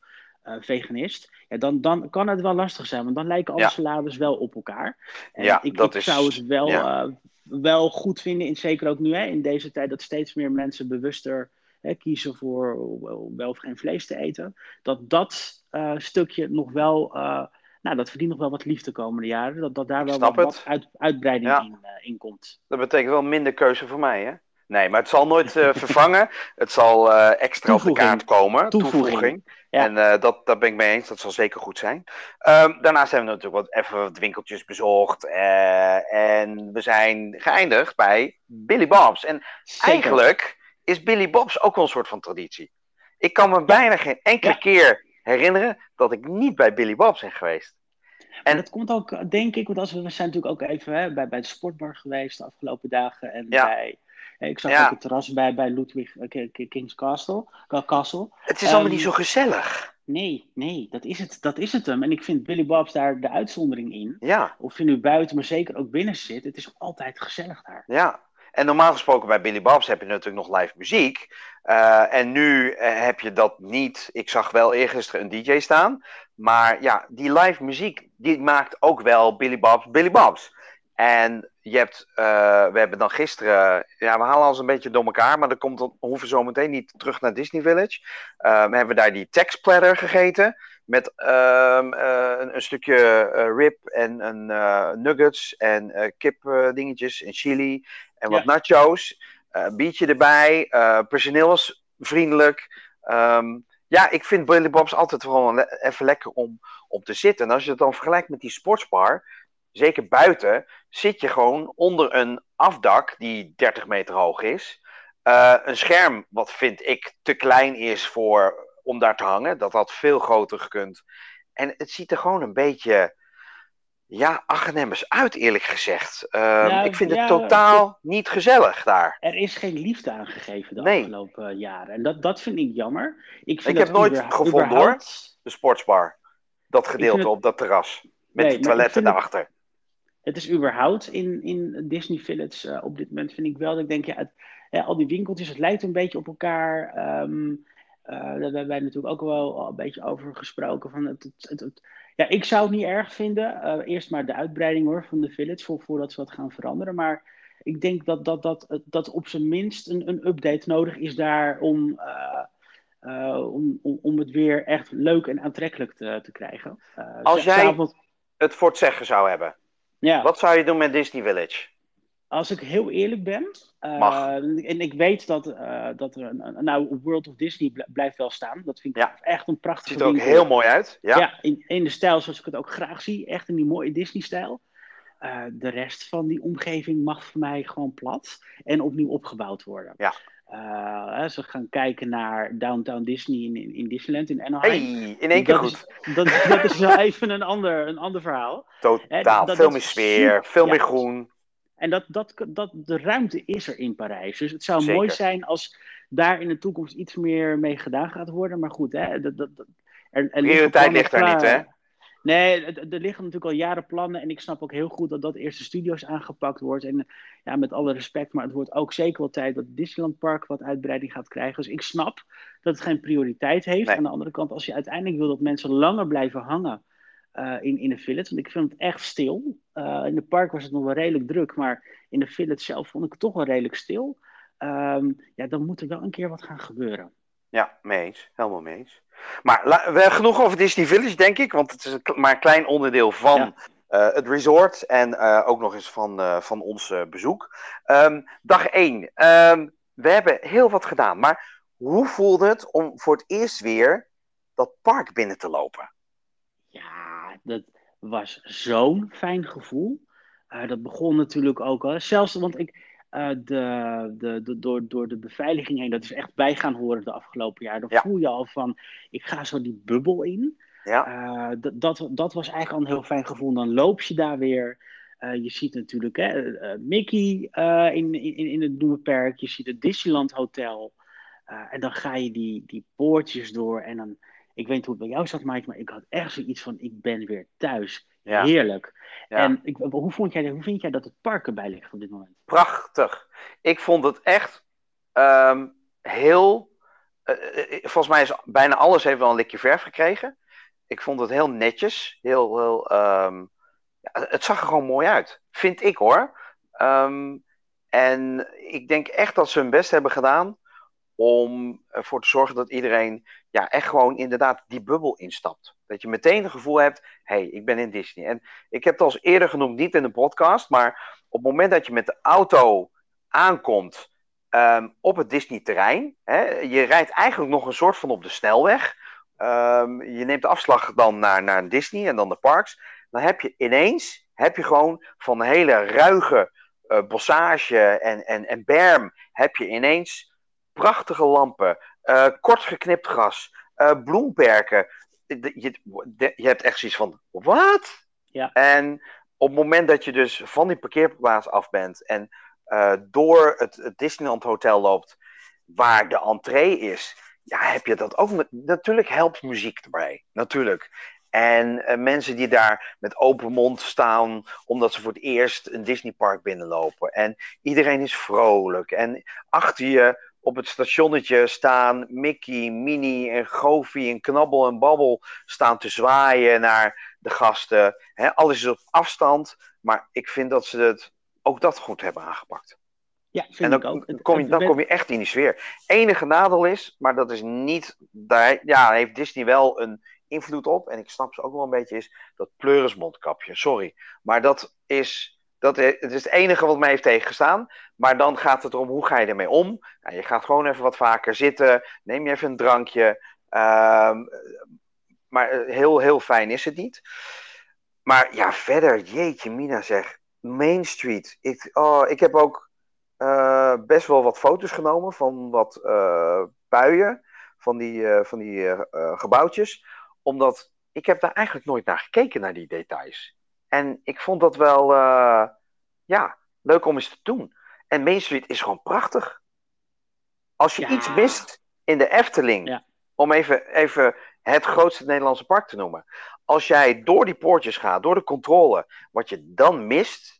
uh, veganist, ja, dan, dan kan het wel lastig zijn, want dan lijken alle Ja. salades wel op elkaar. En Ja, ik, dat ik is- zou het wel, ja. uh, wel goed vinden, in, zeker ook nu, hè, in deze tijd, dat steeds meer mensen bewuster hè, kiezen voor wel of geen vlees te eten. Dat dat uh, stukje nog wel, uh, nou, dat verdient nog wel wat liefde de komende jaren. Dat, dat daar Ik wel snap wat, het. wat uit, uitbreiding Ja. in, uh, in komt. Dat betekent wel minder keuze voor mij, hè? Nee, maar het zal nooit uh, vervangen. Het zal uh, extra Toevoeging. op de kaart komen. Toevoeging. Toevoeging. Ja. En uh, dat, daar ben ik mee eens. Dat zal zeker goed zijn. Um, daarnaast hebben we natuurlijk wat, even wat winkeltjes bezocht. Uh, en we zijn geëindigd bij Billy Bob's. En Zeker. eigenlijk is Billy Bob's ook wel een soort van traditie. Ik kan me ja. bijna geen enkele Ja. keer herinneren dat ik niet bij Billy Bob's ben geweest. En dat komt ook, denk ik, want als we, we zijn natuurlijk ook even hè, bij, bij de sportbar geweest de afgelopen dagen. En ja. bij, ik zag ja. ook het terras bij, bij Ludwig uh, King's Castle. Castle. Het is um, allemaal niet zo gezellig. Nee, nee, dat is, het, dat is het hem. En ik vind Billy Bob's daar de uitzondering in. Ja. Of je nu buiten, maar zeker ook binnen zit. Het is altijd gezellig daar. Ja. En normaal gesproken bij Billy Bob's heb je natuurlijk nog live muziek. Uh, en nu uh, heb je dat niet. Ik zag wel eergisteren een D J staan. Maar ja, die live muziek, die maakt ook wel Billy Bob's Billy Bob's. En je hebt, uh, we hebben dan gisteren, ja, we halen ons een beetje door elkaar, maar dan komt dan, we hoeven zo meteen niet terug naar Disney Village. Uh, we hebben daar die Tex Platter gegeten. Met uh, uh, een, een stukje uh, rib en een uh, nuggets en uh, kip uh, dingetjes en chili en wat ja. nachos. Uh, een biertje erbij. Uh, personeel was vriendelijk. Um, ja, ik vind Billy Bob's altijd gewoon le- even lekker om, om te zitten. En als je het dan vergelijkt met die sportsbar, zeker buiten, zit je gewoon onder een afdak die dertig meter hoog is. Uh, een scherm wat vind ik te klein is voor, om daar te hangen. Dat had veel groter gekund. En het ziet er gewoon een beetje, ja, aggenemmers uit, eerlijk gezegd. Uh, nou, ik vind ja, het totaal het, niet gezellig daar. Er is geen liefde aangegeven de nee. afgelopen jaren. En dat, dat vind ik jammer. Ik, vind ik heb nooit überha- gevonden überhaupt... hoor, de sportsbar. Dat gedeelte het... op dat terras. Met nee, die toiletten daarachter. Het... Het is überhaupt in, in Disney Village uh, op dit moment, vind ik wel. Dat ik denk, ja, het, ja, al die winkeltjes, het lijkt een beetje op elkaar. Um, uh, daar hebben wij natuurlijk ook wel al een beetje over gesproken. Van het, het, het, het, ja, ik zou het niet erg vinden. Uh, eerst maar de uitbreiding hoor, van de Village, voor, voordat ze wat gaan veranderen. Maar ik denk dat, dat, dat, dat op zijn minst een, een update nodig is daar om, uh, uh, om, om, om het weer echt leuk en aantrekkelijk te, te krijgen. Uh, Als jij avond... het voor het zeggen zou hebben. Ja. Wat zou je doen met Disney Village? Als ik heel eerlijk ben, uh, Mag. en ik weet dat, uh, dat er een, nou, World of Disney blijft wel staan. Dat vind ik ja. echt een prachtige ziet er ook winkel. heel mooi uit. Ja, ja in, in de stijl zoals ik het ook graag zie. Echt in die mooie Disney-stijl. Uh, de rest van die omgeving mag voor mij gewoon plat en opnieuw opgebouwd worden. Ja. Uh, als we gaan kijken naar Downtown Disney in, in, in Disneyland in Anaheim. Hey, in één keer dat goed. Is, dat, dat is wel even een ander, een ander verhaal. Totaal, dat, veel dat meer sfeer, super, veel ja, meer groen. En dat, dat, dat, de ruimte is er in Parijs. Dus het zou Zeker. mooi zijn als daar in de toekomst iets meer mee gedaan gaat worden. Maar goed, hè, dat, dat, er, er prioriteit ligt er niet, hè? Nee, er, er liggen natuurlijk al jaren plannen. En ik snap ook heel goed dat dat eerst de studio's aangepakt wordt. En ja, met alle respect, maar het wordt ook zeker wel tijd dat Disneyland Park wat uitbreiding gaat krijgen. Dus ik snap dat het geen prioriteit heeft. Nee. Aan de andere kant, als je uiteindelijk wil dat mensen langer blijven hangen uh, in, in de Village. Want ik vind het echt stil. Uh, in het park was het nog wel redelijk druk. Maar in de Village zelf vond ik het toch wel redelijk stil. Um, ja, dan moet er wel een keer wat gaan gebeuren. Ja, mee eens. Helemaal mee eens. Maar la- we genoeg over Disney Village, denk ik. Want het is een, maar een klein onderdeel van ja. uh, het resort. En uh, ook nog eens van, uh, van ons uh, bezoek. Um, dag één. Um, we hebben heel wat gedaan. Maar hoe voelde het om voor het eerst weer dat park binnen te lopen? Ja, dat was zo'n fijn gevoel. Uh, dat begon natuurlijk ook al. Zelfs, want ik... Uh, de, de, de, door, door de beveiliging heen, dat is echt bij gaan horen de afgelopen jaar. Dan ja. voel je al van, ik ga zo die bubbel in. Ja. Uh, d- dat, dat was eigenlijk al een heel fijn gevoel. Dan loop je daar weer. Uh, je ziet natuurlijk hè, uh, Mickey uh, in, in, in het Noemenpark. Je ziet het Disneyland Hotel. Uh, en dan ga je die, die poortjes door. En dan, ik weet niet hoe het bij jou zat, Mike, maar ik had echt zoiets van, ik ben weer thuis. Ja. Heerlijk. Ja. En ik, hoe, vond jij, hoe vind jij dat het park erbij ligt op dit moment? Prachtig. Ik vond het echt um, heel uh, volgens mij is bijna alles heeft wel een likje verf gekregen. Ik vond het heel netjes. Heel, heel, um, ja, het zag er gewoon mooi uit. Vind ik hoor. Um, en ik denk echt dat ze hun best hebben gedaan om ervoor te zorgen dat iedereen ja, echt gewoon inderdaad die bubbel instapt. Dat je meteen het gevoel hebt, hé, hey, ik ben in Disney. En ik heb het al eerder genoemd, niet in de podcast, maar op het moment dat je met de auto aankomt um, op het Disney-terrein, hè, je rijdt eigenlijk nog een soort van op de snelweg. Um, je neemt de afslag dan naar, naar Disney en dan de parks. Dan heb je ineens, heb je gewoon van een hele ruige uh, bossage en, en, en berm, heb je ineens prachtige lampen, uh, kort geknipt gras, uh, bloemperken. Je, je, je hebt echt zoiets van, wat? Ja. En op het moment dat je dus van die parkeerplaats af bent en uh, door het, het Disneyland Hotel loopt, waar de entree is, ja, heb je dat ook. Met, natuurlijk helpt muziek erbij, natuurlijk. En uh, mensen die daar met open mond staan, omdat ze voor het eerst een Disneypark binnenlopen. En iedereen is vrolijk. En achter je op het stationnetje staan Mickey, Minnie en Goofy en Knabbel en Babbel staan te zwaaien naar de gasten. He, alles is op afstand, maar ik vind dat ze het, ook dat goed hebben aangepakt. Ja, vind en dan, ik ook. Kom je, dan kom je echt in die sfeer. Enige nadeel is, maar dat is niet, daar ja, heeft Disney wel een invloed op, en ik snap ze ook wel een beetje, is dat pleurismondkapje. Sorry, maar dat is... Dat is, het is het enige wat mij heeft tegengestaan. Maar dan gaat het erom, hoe ga je ermee om? Nou, je gaat gewoon even wat vaker zitten. Neem je even een drankje. Uh, maar heel, heel fijn is het niet. Maar ja, verder, jeetje mina zeg. Main Street. Ik, oh, ik heb ook uh, best wel wat foto's genomen van wat uh, buien. Van die, uh, van die uh, uh, gebouwtjes. Omdat ik heb daar eigenlijk nooit naar gekeken, naar die details. En ik vond dat wel, uh, ja, leuk om eens te doen. En Main Street is gewoon prachtig. Als je ja. iets mist in de Efteling, ja. om even, even het grootste Nederlandse park te noemen. Als jij door die poortjes gaat, door de controle, wat je dan mist...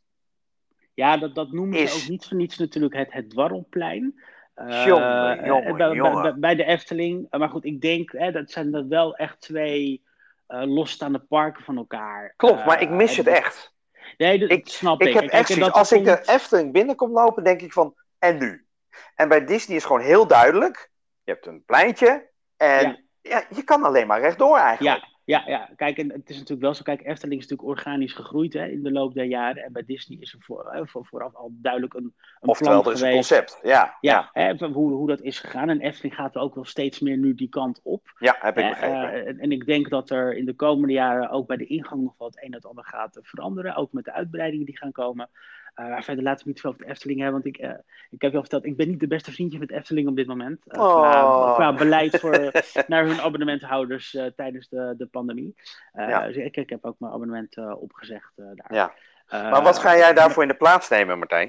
Ja, dat, dat noemen is... ze ook niet voor niets natuurlijk het, het Dwarrelplein. Uh, jongen, jongen, bij, jongen. Bij, bij de Efteling. Maar goed, ik denk, hè, dat zijn dat wel echt twee... Uh, losstaande parken van elkaar. Klopt, maar uh, ik mis het echt. Nee, dat ik, snap ik. Ik heb Kijk, echt zoiets, als komt... ik de Efteling binnenkom lopen, denk ik van, en nu? En bij Disney is gewoon heel duidelijk, je hebt een pleintje, en ja. Ja, je kan alleen maar rechtdoor eigenlijk. Ja, ja, ja. Kijk, en het is natuurlijk wel zo, kijk, Efteling is natuurlijk organisch gegroeid hè, in de loop der jaren, en bij Disney is er voor, hè, voor, vooraf al duidelijk een, een Oftewel, plan er is geweest. een concept, ja. Ja, ja. Hè, hoe, hoe dat is gegaan, en Efteling gaat er ook wel steeds meer nu die kant op. Ja, heb ik hè, begrepen. Uh, en, en ik denk dat er in de komende jaren ook bij de ingang nog wel het een en het ander gaat veranderen, ook met de uitbreidingen die gaan komen. Uh, verder laten we niet veel over de Efteling hebben, want ik, uh, ik heb je al verteld, ik ben niet de beste vriendje met Efteling op dit moment. Uh, oh. qua, qua beleid voor, naar hun abonnementhouders uh, tijdens de, de pandemie. Uh, ja. Dus ik, ik heb ook mijn abonnement uh, opgezegd uh, daar. Ja. Uh, maar wat ga jij daarvoor in de plaats nemen, Martijn?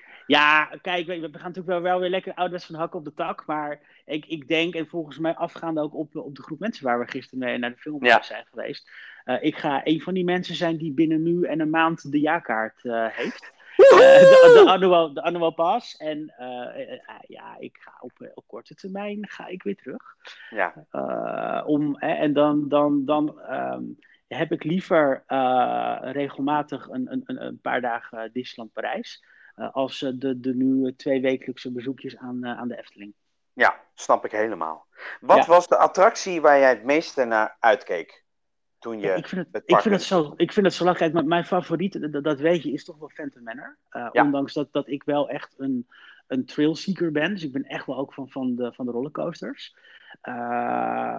Ja, kijk, we, we gaan natuurlijk wel, wel weer lekker ouderwets van hakken op de tak, maar ik, ik denk, en volgens mij afgaande ook op, op de groep mensen waar we gisteren mee naar de film ja. zijn geweest, uh, ik ga een van die mensen zijn die binnen nu en een maand de jaarkaart uh, heeft. Uh, de, de, annual, de annual pass. En uh, uh, ja, ik ga op, op korte termijn ga ik weer terug. Ja. Uh, om, eh, en dan, dan, dan um, heb ik liever uh, regelmatig een, een, een paar dagen Disneyland Parijs. Uh, als uh, de, de nu twee wekelijkse bezoekjes aan, uh, aan de Efteling. Ja, snap ik helemaal. Wat ja. was de attractie waar jij het meeste naar uitkeek? Toen je ja, ik, vind het, het ik, vind het zo, ik vind het zo leuk. Kijk, mijn favoriet, dat, dat weet je, is toch wel Phantom Manor. Uh, ja. Ondanks dat, dat ik wel echt een, een trailseeker ben. Dus ik ben echt wel ook van, van, de, van de rollercoasters. Uh,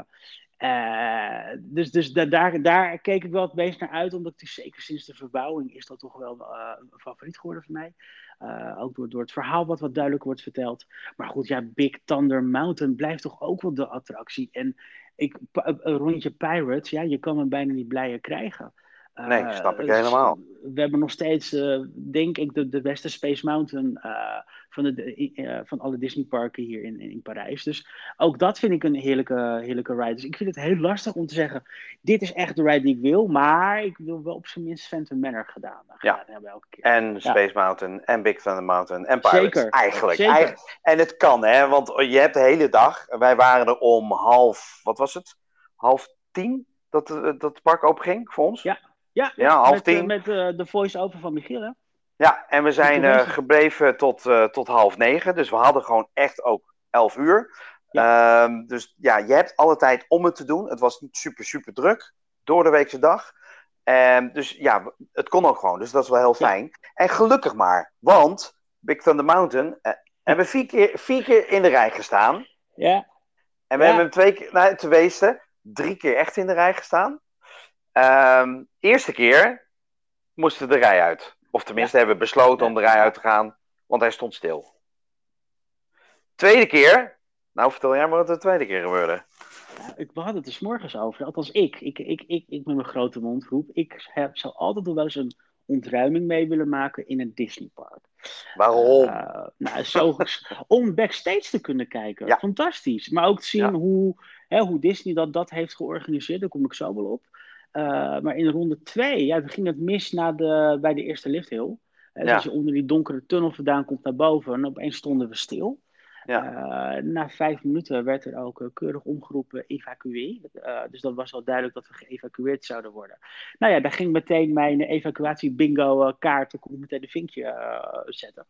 uh, dus dus da, daar, daar keek ik wel het meest naar uit. Omdat ik zeker sinds de verbouwing is dat toch wel uh, een favoriet geworden voor mij. Uh, ook door, door het verhaal wat wat duidelijker wordt verteld. Maar goed, ja, Big Thunder Mountain blijft toch ook wel de attractie. En ik, een rondje Pirates, ja, je kan me bijna niet blijer krijgen. Uh, Nee, snap ik dus helemaal. We hebben nog steeds, uh, denk ik, de, de beste Space Mountain uh, van, de, de, uh, van alle Disneyparken hier in, in Parijs. Dus ook dat vind ik een heerlijke, heerlijke ride. Dus ik vind het heel lastig om te zeggen, dit is echt de ride die ik wil, maar ik wil wel op zijn minst Phantom Manor gedaan, gedaan ja. hebben elke keer. En Space ja. Mountain, en Big Thunder Mountain, en Pirates. Zeker. Eigenlijk. Zeker. eigenlijk. En het kan, hè, want je hebt de hele dag, wij waren er om half, wat was het? Half tien dat, dat het park open ging voor ons? Ja. Ja, ja, half met, tien. Uh, met uh, de voice-over van Michiel, hè? Ja, en we zijn uh, gebleven tot, uh, tot half negen. Dus we hadden gewoon echt ook elf uur. Ja. Um, dus ja, je hebt alle tijd om het te doen. Het was niet super, super druk door de weekse dag. Um, dus ja, het kon ook gewoon. Dus dat is wel heel fijn. Ja. En gelukkig maar. Want Big Thunder Mountain uh, hebben vier keer, vier keer in de rij gestaan. Ja. En we ja. hebben hem twee keer, nou, te wezen, drie keer echt in de rij gestaan. Um, eerste keer moesten we de rij uit. Of tenminste ja. hebben we besloten ja. om de rij uit te gaan, want hij stond stil. Tweede keer, nou vertel jij maar wat de tweede keer gebeurde. Nou, ik, we hadden het er 's morgens over, althans ik. Ik, ik, ik, ik met mijn grote mond roep, ik heb, zou altijd nog wel eens een ontruiming mee willen maken in een Disneypark. Waarom? Uh, nou, zo, om backstage te kunnen kijken. Ja. Fantastisch. Maar ook te zien ja. hoe, hè, hoe Disney dat, dat heeft georganiseerd, daar kom ik zo wel op. Uh, maar in ronde twee, ja, ging het mis naar de, bij de eerste lifthill. Dus ja. als je onder die donkere tunnel vandaan komt naar boven, en opeens stonden we stil. Ja. Uh, na vijf minuten werd er ook uh, keurig omgeroepen evacuee. Uh, dus dat was al duidelijk dat we geëvacueerd zouden worden. Nou ja, daar ging meteen mijn evacuatie bingo uh, kaart, dan kon ik meteen een vinkje uh, zetten.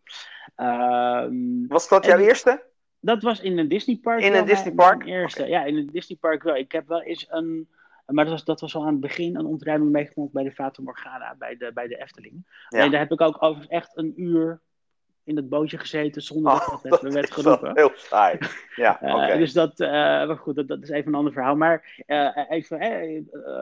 Uh, was dat jouw eerste? Dat was in een Disneypark. In een Disneypark? Mijn eerste. Okay. Ja, in een Disneypark wel. Ik heb wel eens een... Maar dat was, dat was al aan het begin een ontruiming meegemaakt bij de Fata Morgana, bij de, bij de Efteling. Ja. En daar heb ik ook overigens echt een uur in het bootje gezeten zonder oh, dat het werd, werd geroepen. Heel saai. Ja, uh, okay. Dus dat, uh, maar goed, dat, dat is even een ander verhaal. Maar uh, even, uh, uh,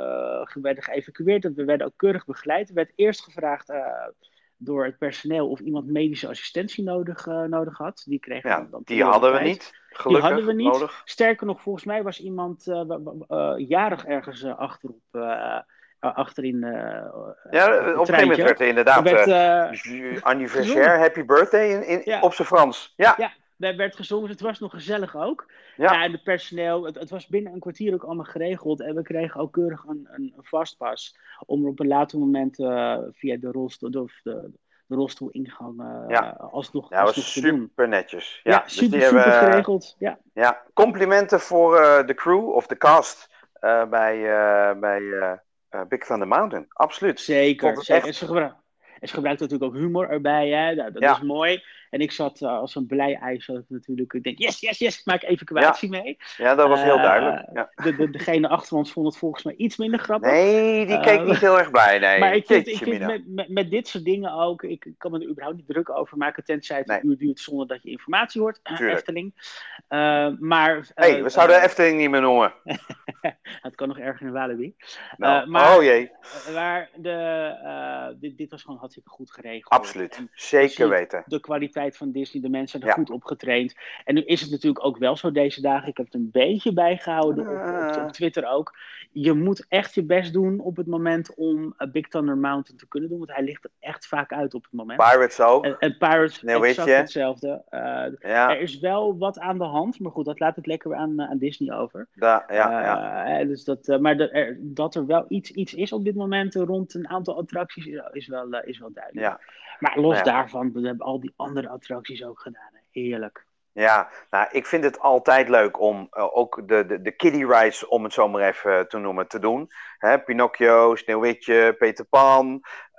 we werden geëvacueerd, we werden ook keurig begeleid. Er werd eerst gevraagd uh, door het personeel of iemand medische assistentie nodig, uh, nodig had. Die kregen ja, dan, dan die hadden we niet. Gelukkig, die hadden we niet. Nodig. Sterker nog, volgens mij was iemand uh, uh, jarig ergens uh, achterop. Uh, achterin. Uh, ja, op een gegeven moment werd er inderdaad. Er werd, uh, anniversaire, happy birthday in, in, ja. op zijn Frans. Ja. ja, daar werd gezongen. Het was nog gezellig ook. Ja, ja en het personeel. Het, het was binnen een kwartier ook allemaal geregeld. En we kregen ook keurig een, een vastpas. Om er op een later moment uh, via de rolstoel. Of de, de rolstoelingang uh, ja. alsnog, ja, alsnog was te doen. Super netjes. Ja, ja dus super, die super hebben, geregeld. Ja. ja, complimenten voor uh, de crew of de cast uh, bij, uh, bij uh, uh, Big Thunder Mountain. Absoluut. Zeker. zeker. Echt... Ze, gebruik, ze gebruikt natuurlijk ook humor erbij. Hè? Dat, dat ja. is mooi. En ik zat uh, als een blij ijs natuurlijk. Ik denk, yes, yes, yes, ik maak evacuatie ja. mee. Ja, dat was heel uh, duidelijk. Ja. De, de, degene achter ons vond het volgens mij iets minder grappig. Nee, die keek uh, niet heel erg blij. Nee. Maar ik vind, ik vind met, met, met dit soort dingen ook, ik kan me er überhaupt niet druk over maken, tenzij het nee. een uur duurt zonder dat je informatie hoort. Uh, Efteling. Uh, maar, uh, hey, we zouden uh, Efteling niet meer noemen. Het kan nog erger in Walibi. Nou, uh, maar, oh jee. Maar de, uh, dit, dit was gewoon hartstikke goed geregeld. Absoluut, en zeker weten. De kwaliteit van Disney, de mensen zijn er ja. goed op getraind. En nu is het natuurlijk ook wel zo deze dagen. Ik heb het een beetje bijgehouden, uh. op, op, op Twitter ook. Je moet echt je best doen op het moment om Big Thunder Mountain te kunnen doen. Want hij ligt er echt vaak uit op het moment. Pirates ook. En, en Pirates Sneeuwwitje. exact hetzelfde. Uh, ja. Er is wel wat aan de hand. Maar goed, dat laat het lekker aan, aan Disney over. Da, ja, uh, ja. Dus dat, uh, maar de, er, dat er wel iets, iets is op dit moment rond een aantal attracties is, is, wel, uh, is wel duidelijk. Ja. Maar los ja. daarvan, we hebben al die andere attracties ook gedaan. Hè. Heerlijk. Ja, nou, ik vind het altijd leuk om uh, ook de, de, de kiddie rides, om het zo maar even te noemen, te doen. Hè, Pinocchio, Sneeuwwitje, Peter Pan.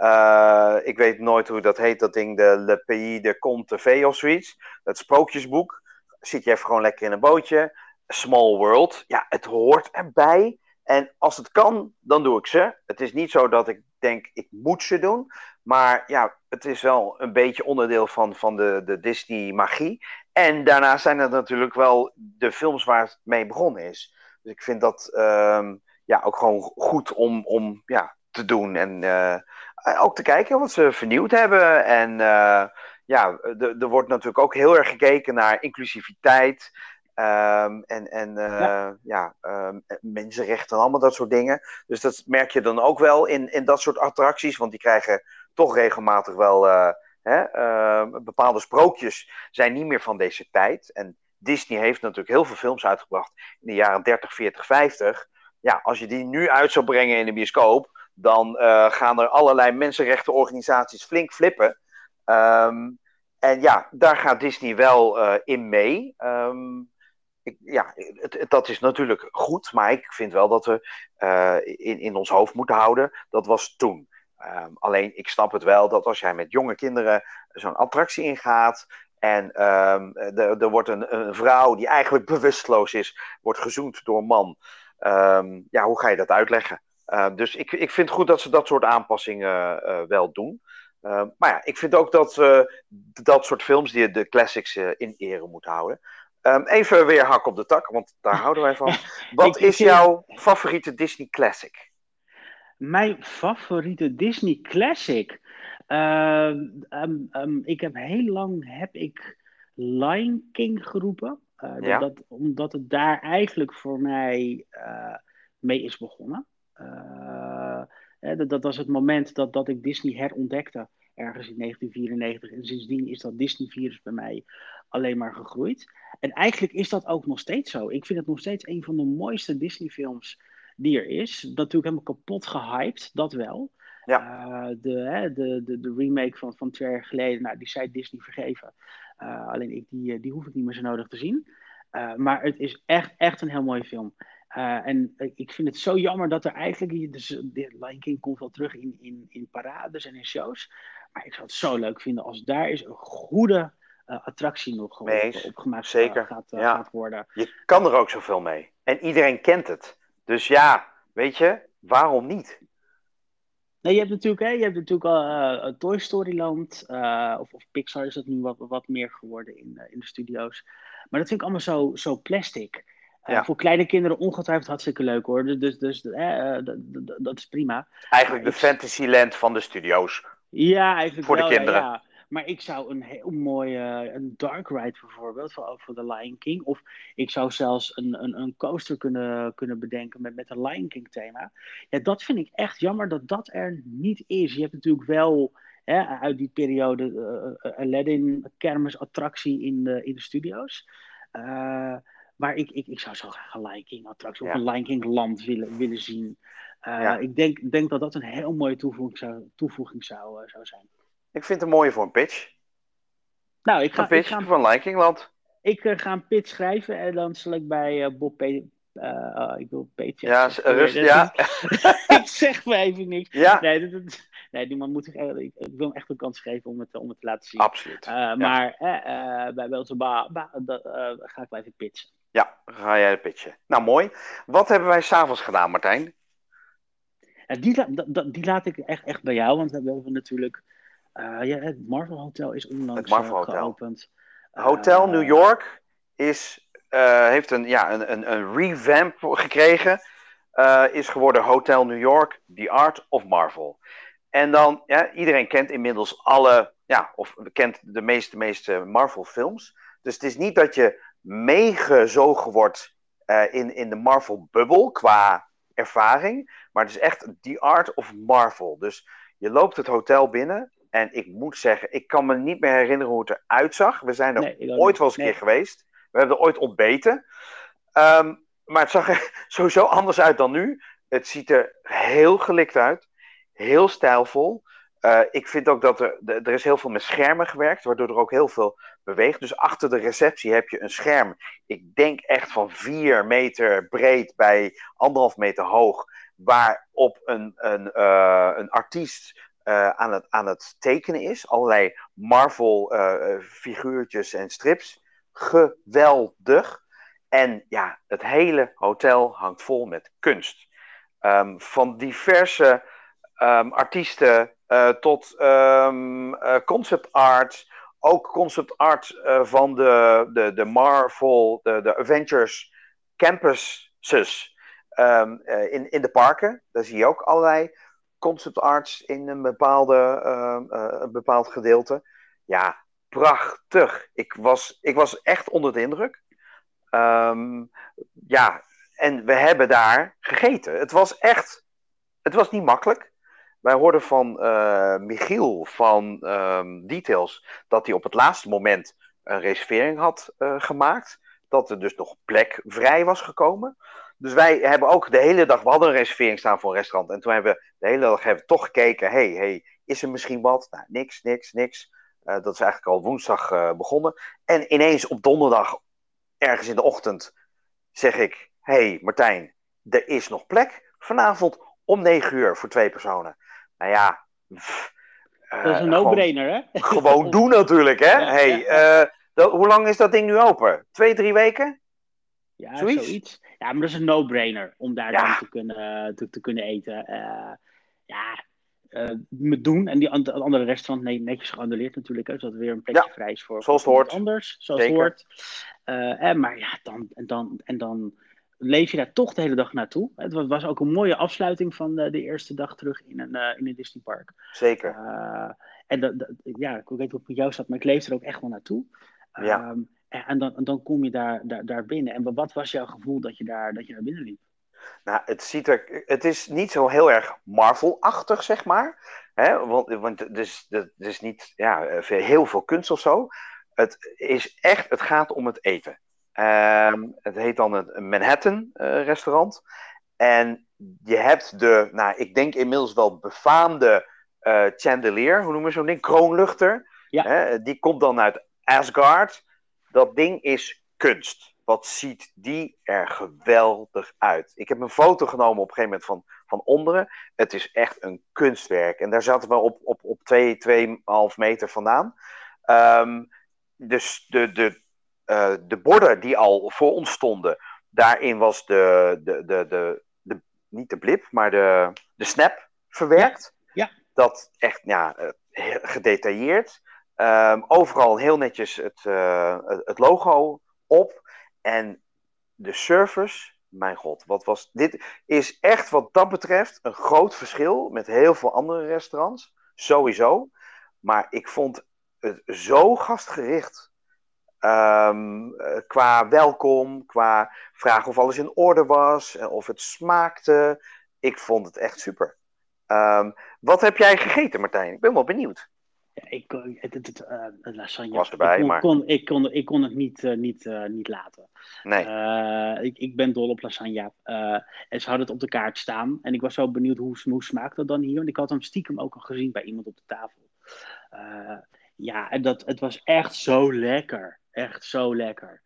Uh, ik weet nooit hoe dat heet, dat ding, de Le Pays de Contes de Fées of zoiets. Dat sprookjesboek. Zit je even gewoon lekker in een bootje. Small World. Ja, het hoort erbij. En als het kan, dan doe ik ze. Het is niet zo dat ik denk, ik moet ze doen. Maar ja, het is wel een beetje onderdeel van, van de, de Disney-magie. En daarnaast zijn het natuurlijk wel de films waar het mee begonnen is. Dus ik vind dat um, ja, ook gewoon goed om, om ja, te doen. En uh, ook te kijken wat ze vernieuwd hebben. En uh, ja, er wordt natuurlijk ook heel erg gekeken naar inclusiviteit. Um, en en uh, Ja. ja, um, mensenrechten en allemaal dat soort dingen. Dus dat merk je dan ook wel in, in dat soort attracties. Want die krijgen toch regelmatig wel... Uh, hè, uh, bepaalde sprookjes zijn niet meer van deze tijd. En Disney heeft natuurlijk heel veel films uitgebracht in de jaren dertig, veertig, vijftig. Ja, als je die nu uit zou brengen in de bioscoop... dan uh, gaan er allerlei mensenrechtenorganisaties flink flippen. Um, en ja, daar gaat Disney wel uh, in mee. Um, Ik, ja, het, het, dat is natuurlijk goed, maar ik vind wel dat we uh, in, in ons hoofd moeten houden, dat was toen. Um, alleen, ik snap het wel dat als jij met jonge kinderen zo'n attractie ingaat en um, er, er wordt een, een vrouw die eigenlijk bewusteloos is, wordt gezoend door een man. Um, ja, hoe ga je dat uitleggen? Uh, dus ik, ik vind het goed dat ze dat soort aanpassingen uh, wel doen. Uh, maar ja, ik vind ook dat we dat soort films, die de classics uh, in ere moeten houden. Um, even weer hak op de tak, want daar houden wij van. Wat ik, is ik, jouw favoriete Disney Classic? Mijn favoriete Disney Classic? Uh, um, um, ik heb heel lang heb ik Lion King geroepen. Uh, Ja? dat, dat, omdat het daar eigenlijk voor mij uh, mee is begonnen. Uh, dat, dat was het moment dat, dat ik Disney herontdekte. Ergens in negentien vierennegentig. En sindsdien is dat Disney-virus bij mij alleen maar gegroeid. En eigenlijk is dat ook nog steeds zo. Ik vind het nog steeds een van de mooiste Disney-films die er is. Dat natuurlijk helemaal kapot gehyped, dat wel. Ja. Uh, de, hè, de, de, de remake van, van twee jaar geleden, nou, die zei Disney vergeven. Uh, alleen ik, die, die hoef ik niet meer zo nodig te zien. Uh, maar het is echt, echt een heel mooie film. Uh, en ik vind het zo jammer dat er eigenlijk... Dus, de Lion King komt wel terug in, in, in parades en in shows. Maar ik zou het zo leuk vinden als daar is een goede uh, attractie nog op, opgemaakt Zeker. Uh, gaat, uh, ja. gaat worden. Je kan er ook zoveel mee. En iedereen kent het. Dus ja, weet je, waarom niet? Nee, je hebt natuurlijk, hè, je hebt natuurlijk uh, Toy Story Land, uh, of, of Pixar is dat nu wat, wat meer geworden in, uh, in de studio's. Maar dat vind ik allemaal zo, zo plastic. Uh, ja. Voor kleine kinderen ongetwijfeld hartstikke leuk hoor, dus, dus, dus uh, dat, dat, dat is prima. Eigenlijk maar de ik... Fantasyland van de studio's. Ja, eigenlijk voor wel, de kinderen. Ja, ja. Maar ik zou een heel mooie, uh, een dark ride bijvoorbeeld, voor, voor de Lion King. Of ik zou zelfs een, een, een coaster kunnen, kunnen bedenken met, met een Lion King thema. Ja, dat vind ik echt jammer dat dat er niet is. Je hebt natuurlijk wel hè, uit die periode uh, Aladdin kermisattractie in de, in de studio's. Uh, maar ik, ik, ik zou zo graag een Lion King attractie ja. of een Lion King land willen, willen zien. Uh, ja. Ik denk, denk dat dat een heel mooie toevoeging zou, toevoeging zou, uh, zou zijn. Ik vind het een mooie voor een pitch. Nou, ik ga een pitch ik ga, van Lion King Land. Ik uh, ga een pitch schrijven en dan zal ik bij uh, Bob P. Uh, uh, ik wil P. Ja, rust, ja. ik zeg maar even niks. Ja. Nee, dat, dat, nee, die man moet ik, ik, ik wil hem echt een kans geven om het, om het te laten zien. Absoluut. Uh, ja. Maar uh, uh, bij Welse Ba, ba uh, ga ik wel even pitchen. Ja, ga jij pitchen. Nou, mooi. Wat hebben wij s'avonds gedaan, Martijn? Ja, die, la die, die laat ik echt, echt bij jou, want we hebben natuurlijk... Uh, ja, het Marvel Hotel is onlangs uh, geopend. Hotel New York is, uh, heeft een, ja, een, een, een revamp gekregen. Uh, is geworden Hotel New York, The Art of Marvel. En dan, ja, iedereen kent inmiddels alle, ja, of kent de meeste, meeste Marvel films. Dus het is niet dat je meegezogen wordt uh, in, in de Marvel bubbel qua ervaring. Maar het is echt The Art of Marvel. Dus je loopt het hotel binnen. En ik moet zeggen, ik kan me niet meer herinneren hoe het eruit zag. We zijn er nee, ooit wel eens een nee. keer geweest. We hebben er ooit ontbeten. Um, maar het zag er sowieso anders uit dan nu. Het ziet er heel gelikt uit. Heel stijlvol. Uh, ik vind ook dat er, er is heel veel met schermen gewerkt. Waardoor er ook heel veel beweegt. Dus achter de receptie heb je een scherm. Ik denk echt van vier meter breed bij anderhalf meter hoog. Waarop een, een, uh, een artiest... Uh, aan, het, aan het tekenen is. Allerlei Marvel uh, figuurtjes en strips. Geweldig. En ja, het hele hotel hangt vol met kunst. Um, van diverse um, artiesten uh, tot um, uh, concept art. Ook concept art uh, van de, de, de Marvel, de, de Avengers campuses um, uh, in, in de parken. Daar zie je ook allerlei concept arts in een, bepaalde, uh, uh, een bepaald gedeelte. Ja, prachtig. Ik was, ik was echt onder de indruk. Um, ja, en we hebben daar gegeten. Het was echt, het was niet makkelijk. Wij hoorden van uh, Michiel van um, Details dat hij op het laatste moment een reservering had uh, gemaakt. Dat er dus nog plek vrij was gekomen. Dus wij hebben ook de hele dag, we hadden een reservering staan voor een restaurant. En toen hebben we de hele dag hebben we toch gekeken, hey, hey, is er misschien wat? Nou, niks, niks, niks. Uh, dat is eigenlijk al woensdag uh, begonnen. En ineens op donderdag, ergens in de ochtend, zeg ik, hey Martijn, er is nog plek vanavond om negen uur voor twee personen. Nou ja, pff, uh, dat is een no-brainer, hè? Gewoon doen natuurlijk, hè? Ja, hey, ja. Uh, dat, hoe lang is dat ding nu open? Twee, drie weken? Ja, zoiets? zoiets. Ja, maar dat is een no-brainer om daar ja. dan te kunnen, te, te kunnen eten. Uh, ja, uh, met doen. En die an- andere restaurant nee, netjes geannuleerd natuurlijk, hè, zodat er weer een plekje ja, vrij is voor, zoals voor het hoort. anders. Zoals het hoort. Uh, en, maar ja, dan, en, dan, en dan leef je daar toch de hele dag naartoe. Het was ook een mooie afsluiting van de, de eerste dag terug in een, uh, in een Disneypark. Zeker. Uh, en dat, dat, ja, ik weet niet hoe het met jou zat, maar ik leef er ook echt wel naartoe. Ja. Um, en dan, dan kom je daar, daar, daar binnen. En wat was jouw gevoel dat je daar, dat je daar binnen liep? Nou, het, ziet er, het is niet zo heel erg Marvel-achtig, zeg maar. Hè? Want, want het, is, het is niet ja, heel veel kunst of zo. Het is echt, het gaat om het eten. Um, het heet dan een Manhattan uh, restaurant. En je hebt de, nou, ik denk inmiddels wel befaamde uh, chandelier, hoe noemen we zo'n ding? Kroonluchter. Ja. Hè? Die komt dan uit Asgard. Dat ding is kunst. Wat ziet die er geweldig uit. Ik heb een foto genomen op een gegeven moment van, van onderen. Het is echt een kunstwerk. En daar zaten we op, op, op twee, tweeënhalf meter vandaan. Um, dus de, de, uh, de borden die al voor ons stonden. Daarin was de, de, de, de, de niet de blip, maar de, de snap verwerkt. Ja. Ja. Dat echt ja, gedetailleerd. Um, overal heel netjes het, uh, het logo op. En de service, mijn god, wat was dit? Is echt wat dat betreft een groot verschil met heel veel andere restaurants. Sowieso. Maar ik vond het zo gastgericht. Um, qua welkom, qua vragen of alles in orde was, of het smaakte. Ik vond het echt super. Um, wat heb jij gegeten, Martijn? Ik ben wel benieuwd. Ja, ik, het, het, het, uh, lasagne. Was erbij, ik kon, maar... kon, ik, kon, ik kon het niet, uh, niet, uh, niet laten. Nee. Uh, ik, ik ben dol op lasagne. Uh, en ze hadden het op de kaart staan. En ik was zo benieuwd hoe, hoe smaakt dat dan hier. Want ik had hem stiekem ook al gezien bij iemand op de tafel. Uh, ja, en dat, het was echt zo lekker. Echt zo lekker.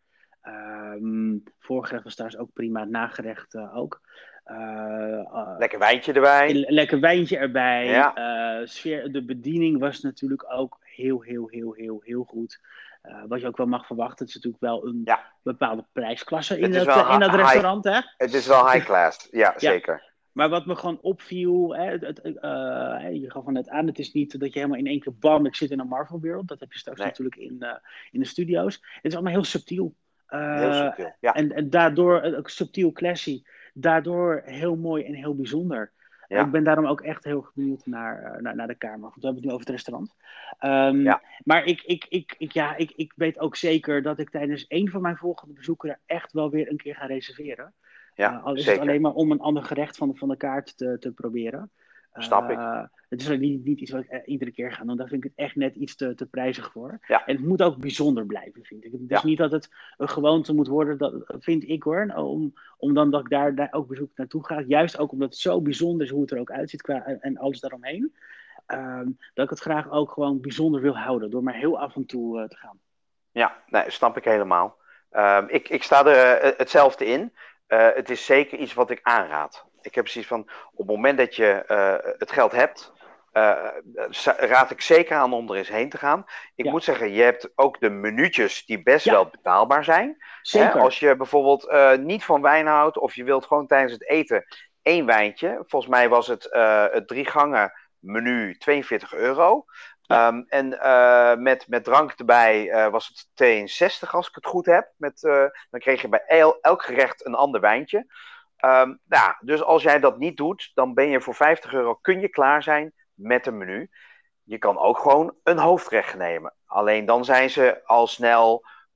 Um, voorgerecht was trouwens ook prima. Nagerecht uh, ook. Uh, uh, lekker wijntje erbij. Le- lekker wijntje erbij. Ja. Uh, sfeer, de bediening was natuurlijk ook heel, heel, heel, heel, heel goed. Uh, wat je ook wel mag verwachten. Het is natuurlijk wel een ja. bepaalde prijsklasse in, het dat, in dat restaurant. High, hè? Het is wel high class, ja, ja. zeker. Maar wat me gewoon opviel, hè, het, het, uh, je gaf van net aan, het is niet dat je helemaal in één keer bam, ik zit in een Marvel-wereld. Dat heb je straks nee. natuurlijk in, uh, in de studio's. Het is allemaal heel subtiel. Uh, heel subtiel, ja. En, en daardoor, uh, subtiel, classy, daardoor heel mooi en heel bijzonder. Ja. Ik ben daarom ook echt heel erg benieuwd naar, uh, naar, naar de kamer. Want we hebben het nu over het restaurant. Um, ja. Maar ik, ik, ik, ik, ja, ik, ik weet ook zeker dat ik tijdens een van mijn volgende bezoeken er echt wel weer een keer ga reserveren. Ja, uh, al is zeker. het alleen maar om een ander gerecht van de, van de kaart te, te proberen. Snap ik. Uh, het is niet, niet iets wat ik uh, iedere keer ga doen. Daar vind ik het echt net iets te, te prijzig voor. Ja. En het moet ook bijzonder blijven, vind ik. Het is ja. niet dat het een gewoonte moet worden, dat vind ik hoor. Om, om dan dat ik daar, daar ook bezoek naartoe ga. Juist ook omdat het zo bijzonder is hoe het er ook uitziet qua, en alles daaromheen. Um, dat ik het graag ook gewoon bijzonder wil houden. Door maar heel af en toe uh, te gaan. Ja, nee, snap ik helemaal. Um, ik, ik sta er uh, hetzelfde in. Uh, het is zeker iets wat ik aanraad. Ik heb precies van, op het moment dat je uh, het geld hebt, uh, raad ik zeker aan om er eens heen te gaan. Ik ja. moet zeggen, je hebt ook de minuutjes die best ja. wel betaalbaar zijn. Zeker. Hè, als je bijvoorbeeld uh, niet van wijn houdt, of je wilt gewoon tijdens het eten één wijntje. Volgens mij was het, uh, het drie gangen menu tweeënveertig euro. Ja. Um, en uh, met, met drank erbij uh, was het tweeënzestig als ik het goed heb. Met, uh, dan kreeg je bij el, elk gerecht een ander wijntje. Um, nou, dus als jij dat niet doet, dan ben je voor vijftig euro kun je klaar zijn met een menu. Je kan ook gewoon een hoofdgerecht nemen. Alleen dan zijn ze al snel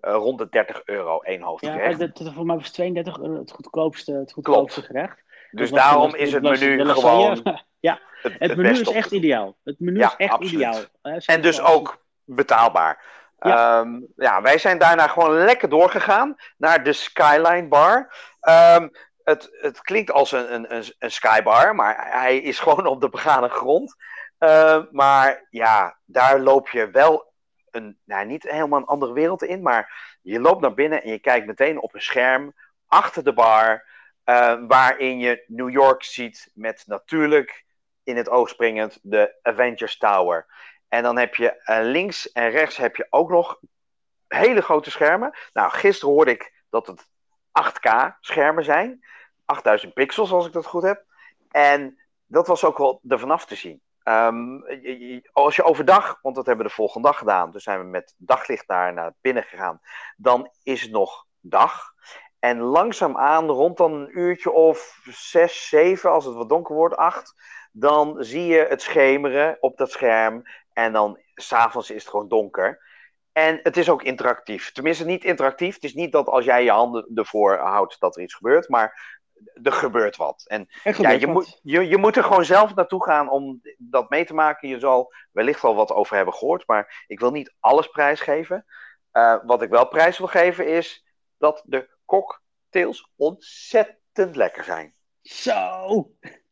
uh, rond de dertig euro één Ja, hoofdgerecht. dat, dat, voor mij was tweeëndertig euro het goedkoopste, het goedkoopste Klopt. gerecht. Dus Dat was daarom de, is het was menu de gewoon lasagne. Ja, het, het het menu beste is om te echt doen. ideaal. Het menu Ja, is echt absoluut. ideaal. Hè, En dus zoals- ook betaalbaar. Ja. Um, ja, wij zijn daarna gewoon lekker doorgegaan naar de Skyline Bar. Um, het, het klinkt als een, een, een, een skybar, maar hij is gewoon op de begane grond. Uh, maar ja, daar loop je wel een, nou, niet helemaal een andere wereld in, maar je loopt naar binnen en je kijkt meteen op een scherm achter de bar, uh, waarin je New York ziet met natuurlijk in het oog springend de Avengers Tower. En dan heb je uh, links en rechts heb je ook nog hele grote schermen. Nou, gisteren hoorde ik dat het acht K schermen zijn. achtduizend pixels, als ik dat goed heb. En dat was ook wel er vanaf te zien. Um, als je overdag, want dat hebben we de volgende dag gedaan, dus zijn we met daglicht naar, naar binnen gegaan, dan is het nog dag. En langzaamaan, rond dan een uurtje of zes, zeven, als het wat donker wordt, acht, dan zie je het schemeren op dat scherm. En dan, 's avonds is het gewoon donker. En het is ook interactief. Tenminste, niet interactief. Het is niet dat als jij je handen ervoor houdt dat er iets gebeurt, maar er gebeurt wat. En Er ja, gebeurt je, wat. moet, je, je moet er gewoon zelf naartoe gaan om dat mee te maken. Je zal wellicht wel wat over hebben gehoord, maar ik wil niet alles prijsgeven. Uh, wat ik wel prijs wil geven is dat de cocktails ontzettend lekker zijn. Zo!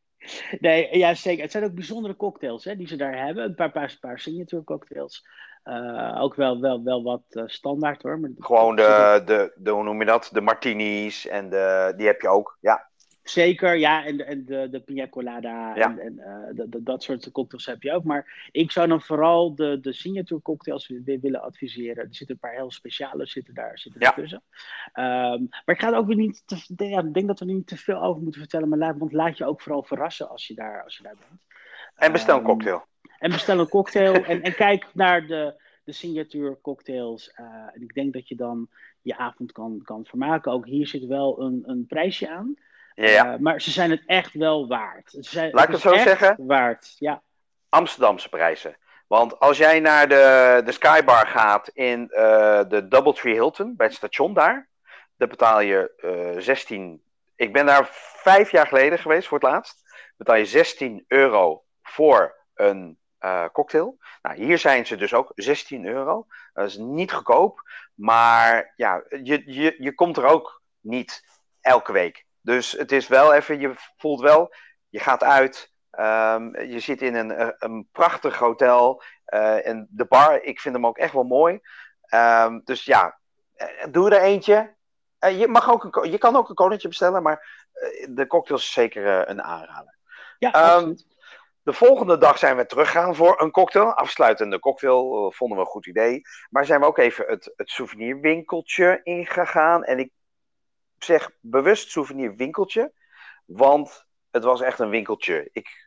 Nee, ja zeker. Het zijn ook bijzondere cocktails hè, die ze daar hebben. Een paar, paar, paar signature cocktails. Uh, ook wel, wel, wel wat uh, standaard hoor. Maar Gewoon de, de, de, hoe noem je dat? De martinis en de, die heb je ook, ja. Zeker, ja, en, en de, de pina colada ja. en, en uh, de, de, dat soort cocktails heb je ook. Maar ik zou dan vooral de, de signature cocktails weer willen adviseren. Er zitten een paar heel speciale zitten daar zitten ja. tussen. Um, maar ik ga er ook weer niet te, ja, ik denk dat we er niet te veel over moeten vertellen. Maar laat, want laat je ook vooral verrassen als je daar, als je daar bent. En bestel een cocktail. Um, en bestel een cocktail en, en kijk naar de, de signature cocktails. Uh, en ik denk dat je dan je avond kan, kan vermaken. Ook hier zit wel een, een prijsje aan. Ja. Uh, maar ze zijn het echt wel waard. Ze zijn, Laat ik het, het zo echt zeggen? Waard, ja. Amsterdamse prijzen. Want als jij naar de, de Skybar gaat in uh, de Doubletree Hilton, bij het station daar, dan betaal je uh, zestien... Ik ben daar vijf jaar geleden geweest voor het laatst. Betaal je zestien euro voor een uh, cocktail. Nou, hier zijn ze dus ook zestien euro. Dat is niet goedkoop. Maar ja, je, je, je komt er ook niet elke week. Dus het is wel even, je voelt wel, je gaat uit. Um, je zit in een, een prachtig hotel. Uh, en de bar, ik vind hem ook echt wel mooi. Um, dus ja, doe er eentje. Uh, je, mag ook een, je kan ook een koninkje bestellen, maar uh, de cocktail is zeker uh, een aanrader. Ja, um, absoluut. De volgende dag zijn we teruggegaan voor een cocktail. Afsluitende cocktail, uh, vonden we een goed idee. Maar zijn we ook even het, het souvenirwinkeltje ingegaan. En ik zeg bewust souvenirwinkeltje, want het was echt een winkeltje. Ik,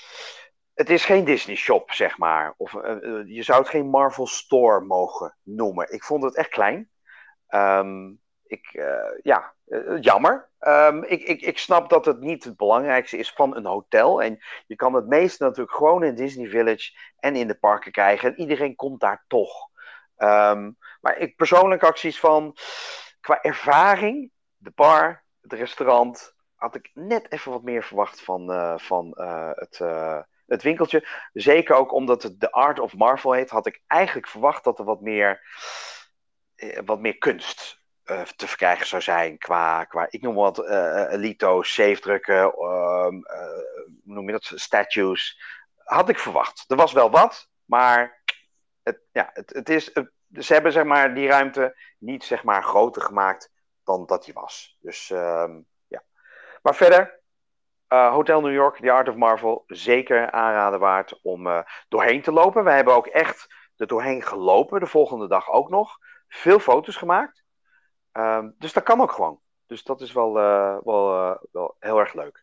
het is geen Disney shop, zeg maar. Of, uh, uh, je zou het geen Marvel Store mogen noemen. Ik vond het echt klein. Um, ik, uh, ja, uh, jammer. Um, ik, ik, ik snap dat het niet het belangrijkste is van een hotel. En je kan het meeste natuurlijk gewoon in Disney Village en in de parken krijgen. En iedereen komt daar toch. Um, maar ik persoonlijk had zoiets van, qua ervaring, de bar, het restaurant, had ik net even wat meer verwacht van, uh, van uh, het, uh, het winkeltje. Zeker ook omdat het The Art of Marvel heet, had ik eigenlijk verwacht dat er wat meer, uh, wat meer kunst uh, te verkrijgen zou zijn. Qua, qua ik noem wat, uh, lito's, zeefdrukken, uh, uh, hoe noem je dat, statues. Had ik verwacht. Er was wel wat, maar het, ja, het, het is, het, ze hebben zeg maar, die ruimte niet zeg maar, groter gemaakt dan dat die was. Dus um, ja. Maar verder, uh, Hotel New York, The Art of Marvel, zeker aanraden waard om uh, doorheen te lopen. We hebben ook echt er doorheen gelopen, de volgende dag ook nog. Veel foto's gemaakt. Um, dus dat kan ook gewoon. Dus dat is wel, uh, wel, uh, wel heel erg leuk.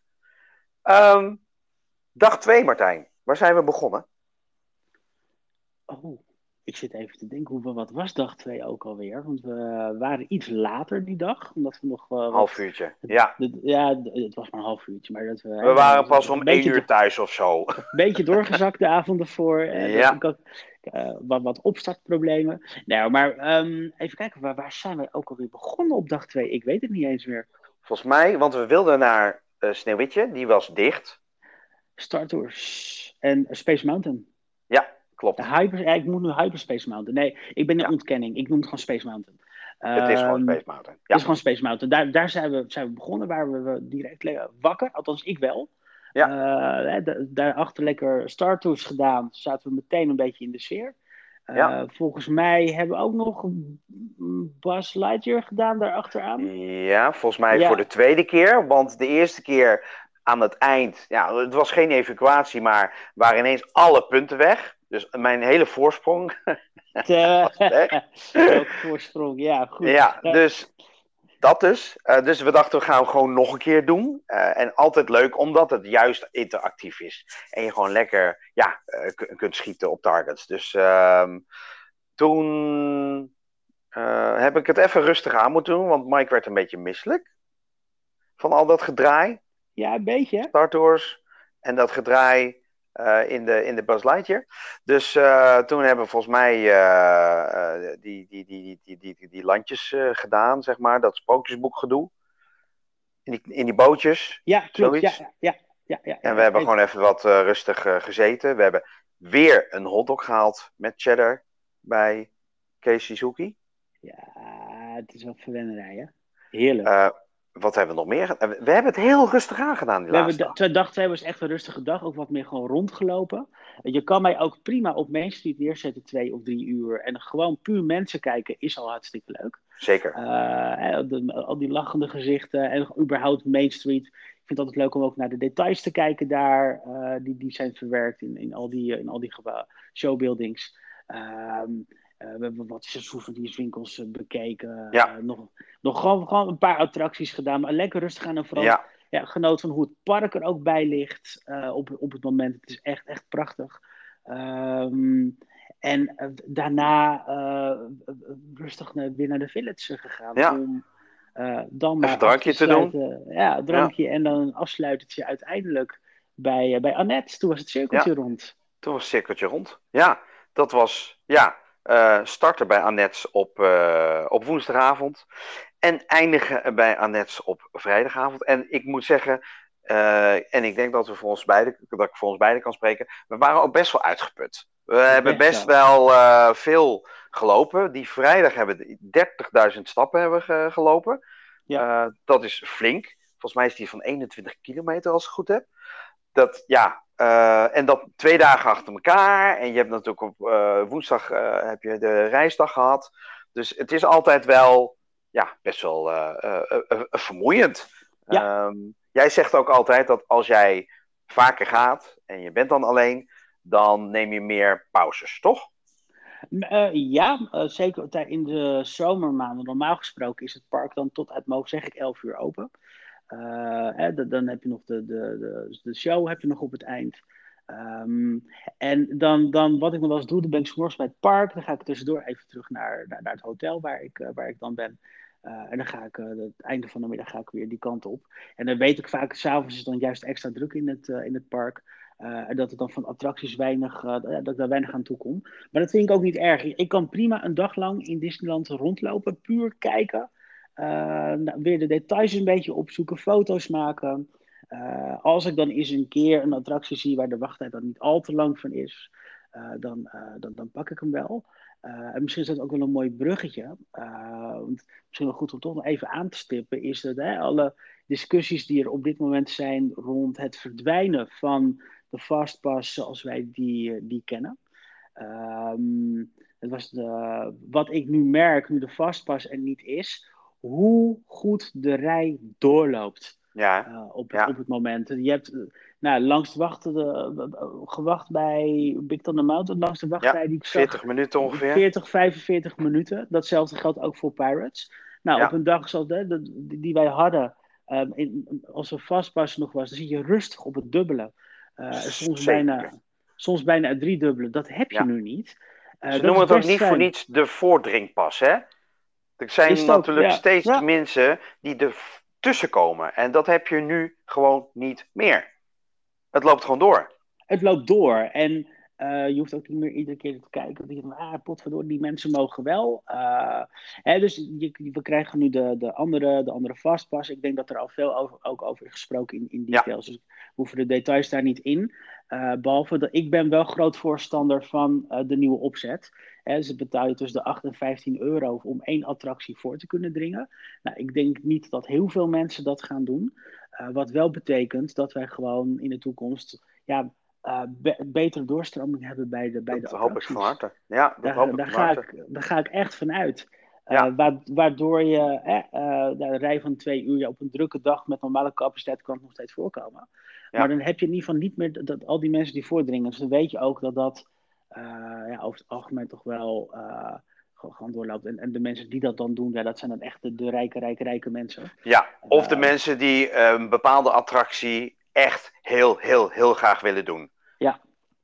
Um, dag twee, Martijn. Waar zijn we begonnen? Oh, ik zit even te denken, hoe, wat was dag twee ook alweer? Want we waren iets later die dag, omdat we nog uh, wat... Half uurtje, ja. De, ja, de, het was maar een half uurtje, maar dat we... We hè, waren pas om een één uur beetje, thuis of zo. een beetje doorgezakt de avond ervoor. Eh, Ja. ik had uh, wat, wat opstartproblemen. Nou, maar um, even kijken, waar, waar zijn wij ook alweer begonnen op dag twee? Ik weet het niet eens meer. Volgens mij, want we wilden naar uh, Sneeuwwitje, die was dicht. Star Tours en Space Mountain. Ja, klopt. De hyper, ja, ik moet nu Hyperspace Mountain. Nee, ik ben een Ja. ontkenning. Ik noem het gewoon Space Mountain. Het is gewoon Um, Space Mountain. Ja. Het is gewoon Space Mountain. Daar, daar zijn, we, zijn we begonnen, waar we, we direct le- wakker, althans ik wel. Ja. Uh, d- daarachter lekker Star Tours gedaan, zaten we meteen een beetje in de sfeer. Uh, Ja. Volgens mij hebben we ook nog Buzz Lightyear gedaan daarachteraan. Ja, volgens mij Ja. voor de tweede keer. Want de eerste keer aan het eind, ja, het was geen evacuatie, maar waren ineens alle punten weg. Dus mijn hele voorsprong was weg. Welke voorsprong, ja, goed. Ja, dus dat dus. Uh, dus we dachten, we gaan het gewoon nog een keer doen. Uh, en altijd leuk, omdat het juist interactief is. En je gewoon lekker, ja, uh, k- kunt schieten op targets. Dus uh, toen uh, heb ik het even rustig aan moeten doen, want Mike werd een beetje misselijk. Van al dat gedraai. Ja, een beetje. Star Tours en dat gedraai uh, in, de, in de Buzz Lightyear. Dus uh, toen hebben we volgens mij uh, uh, die, die, die, die, die, die, die landjes uh, gedaan, zeg maar. Dat sprookjesboekgedoe. In die, in die bootjes. Ja, klopt. Ja, zoiets. ja, ja, ja, ja, en we hebben even. gewoon even wat uh, rustig uh, gezeten. We hebben weer een hotdog gehaald met cheddar bij Kees Suzuki. Ja, het is wel verwennerij, hè? Heerlijk. Uh, Wat hebben we nog meer gedaan? We hebben het heel rustig aangedaan die we laatste hebben dag. Dag twee was echt een rustige dag. Ook wat meer gewoon rondgelopen. Je kan mij ook prima op Main Street neerzetten twee of drie uur. En gewoon puur mensen kijken is al hartstikke leuk. Zeker. Uh, de, al die lachende gezichten. En überhaupt Main Street. Ik vind het altijd leuk om ook naar de details te kijken daar. Uh, die, die zijn verwerkt in, in al die, in al die showbuildings. Um, Uh, we hebben wat souvenirswinkels uh, bekeken. Ja. Uh, nog nog gewoon, gewoon een paar attracties gedaan. Maar lekker rustig aan en vooral Ja. Ja, genoot van hoe het park er ook bij ligt. Uh, op, op het moment. Het is echt, echt prachtig. Um, en uh, daarna uh, rustig naar, weer naar de Village gegaan. Ja. Om uh, dan maar een drankje te doen. Ja, een drankje ja. En dan een afsluitertje uiteindelijk bij, uh, bij Annette. Toen was het cirkeltje ja. rond. Toen was het cirkeltje rond. Ja, dat was... Ja. Uh, starten bij Annette's op, uh, op woensdagavond. En eindigen bij Annette's op vrijdagavond. En ik moet zeggen, uh, en ik denk dat, we voor ons beide, dat ik voor ons beiden kan spreken, we waren ook best wel uitgeput. We best hebben best wel uh, veel gelopen. Die vrijdag hebben we dertigduizend stappen hebben we gelopen. Ja. Uh, dat is flink. Volgens mij is die van eenentwintig kilometer als ik het goed heb. Dat, ja, uh, en dat twee dagen achter elkaar. En je hebt natuurlijk op uh, woensdag uh, heb je de reisdag gehad. Dus het is altijd wel, ja, best wel uh, uh, uh, uh, vermoeiend. Ja. Um, jij zegt ook altijd dat als jij vaker gaat en je bent dan alleen, dan neem je meer pauzes, toch? Uh, ja, uh, zeker in de zomermaanden. Normaal gesproken is het park dan tot uit mogen zeg ik elf uur open. Uh, hè, dan heb je nog de, de, de, de show heb je nog op het eind. Um, en dan, dan wat ik nog wel eens doe, dan ben ik 's morgens bij het park. Dan ga ik tussendoor even terug naar, naar, naar het hotel waar ik, uh, waar ik dan ben. Uh, en dan ga ik, uh, het einde van de middag ga ik weer die kant op. En dan weet ik vaak, 's avonds is het dan juist extra druk in het, uh, in het park. Uh, en dat het dan van attracties weinig, uh, dat ik daar weinig aan toe kom. Maar dat vind ik ook niet erg. Ik kan prima een dag lang in Disneyland rondlopen, puur kijken. Uh, nou, weer de details een beetje opzoeken, foto's maken. Uh, als ik dan eens een keer een attractie zie waar de wachttijd dan niet al te lang van is, uh, dan, uh, dan, dan pak ik hem wel. Uh, en misschien is dat ook wel een mooi bruggetje. Uh, want misschien wel goed om toch nog even aan te stippen, is dat hè, alle discussies die er op dit moment zijn rond het verdwijnen van de Fastpass zoals wij die, die kennen. Um, het was de, wat ik nu merk, nu de Fastpass er niet is, hoe goed de rij doorloopt. Ja. Uh, op, ja. op het moment. Je hebt uh, nou, langs de wachten de, uh, gewacht bij Big Thunder Mountain, langs de wachtrij ja, die ik veertig zag, minuten ongeveer. veertig, vijfenveertig minuten. Datzelfde geldt ook voor Pirates. Nou, ja. op een dag zoals de, de, die wij hadden, um, in, als er Fastpass nog was, dan zie je rustig op het dubbele. Uh, soms, bijna, soms bijna het driedubbele. Dat heb je ja. nu niet. Uh, Ze dat noemen is het ook best niet voor fijn. niets de voordrinkpas, hè? Er zijn Is het ook, natuurlijk ja. steeds Ja. mensen die er f- tussenkomen. En dat heb je nu gewoon niet meer. Het loopt gewoon door. Het loopt door. En uh, je hoeft ook niet meer iedere keer te kijken. Dat je denkt, ah, potverdorie, die mensen mogen wel. Uh, hè, dus je, we krijgen nu de, de, andere, de andere fastpass. Ik denk dat er al veel over, ook over is gesproken in, in details. Ja. Dus we hoeven de details daar niet in. Uh, behalve dat ik ben wel groot voorstander van uh, de nieuwe opzet. Hè, ze betalen tussen de acht en vijftien euro om één attractie voor te kunnen dringen. Nou, ik denk niet dat heel veel mensen dat gaan doen. Uh, wat wel betekent dat wij gewoon in de toekomst... Ja, Uh, be- betere doorstroming hebben bij de, bij Dat de hoop attracties. ik van harte. Ja, dat daar, hoop ik daar, van ga harte. ik, daar ga ik echt van uit. Uh, Ja. wa- waardoor je eh, uh, de rij van twee uur ja, op een drukke dag met normale capaciteit kan het nog steeds voorkomen. Ja. Maar dan heb je in ieder geval niet meer dat, dat, al die mensen die voordringen. Dus dan weet je ook dat dat uh, ja, over het algemeen toch wel uh, gewoon doorloopt. En, en de mensen die dat dan doen, ja, dat zijn dan echt de, de rijke, rijke, rijke mensen. Ja, of de Uh, mensen die uh, een bepaalde attractie echt heel, heel, heel graag willen doen. Ja.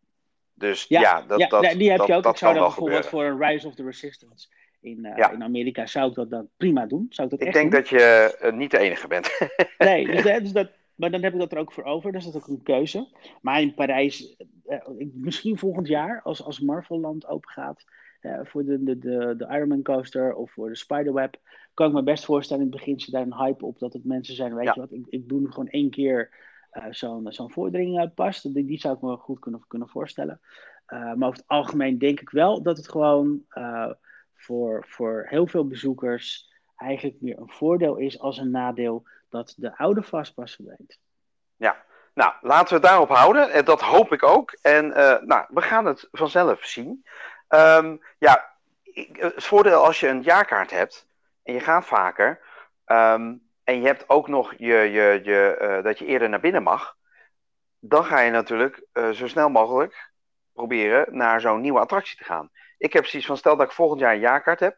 Dus ja, ja, dat, ja dat, die heb dat, je ook. dat Ik zou kan dan wel bijvoorbeeld gebeuren. voor een Rise of the Resistance in, uh, Ja. in Amerika zou ik dat dan prima doen. Zou ik dat Ik echt denk doen. dat je uh, niet de enige bent. Nee, dus, de, dus dat, maar dan heb ik dat er ook voor over. Dus dat is ook een keuze. Maar in Parijs, uh, misschien volgend jaar, als, als Marvel-land open gaat, uh, voor de, de, de, de Iron Man coaster of voor de Spiderweb, kan ik me best voorstellen, in het begin zit daar een hype op dat het mensen zijn, weet Ja. je wat, ik, ik doe nu gewoon één keer uh, zo'n, zo'n vordering uh, past. Die, die zou ik me goed kunnen, kunnen voorstellen. Uh, maar over het algemeen denk ik wel dat het gewoon uh, voor, voor heel veel bezoekers eigenlijk meer een voordeel is als een nadeel dat de oude fastpass verdwijnt. Ja, nou, laten we het daarop houden. En dat hoop ik ook. En uh, nou, we gaan het vanzelf zien. Um, ja, het voordeel als je een jaarkaart hebt en je gaat vaker um, en je hebt ook nog je, je, je, uh, dat je eerder naar binnen mag, dan ga je natuurlijk uh, zo snel mogelijk proberen naar zo'n nieuwe attractie te gaan. Ik heb zoiets van, stel dat ik volgend jaar een jaarkaart heb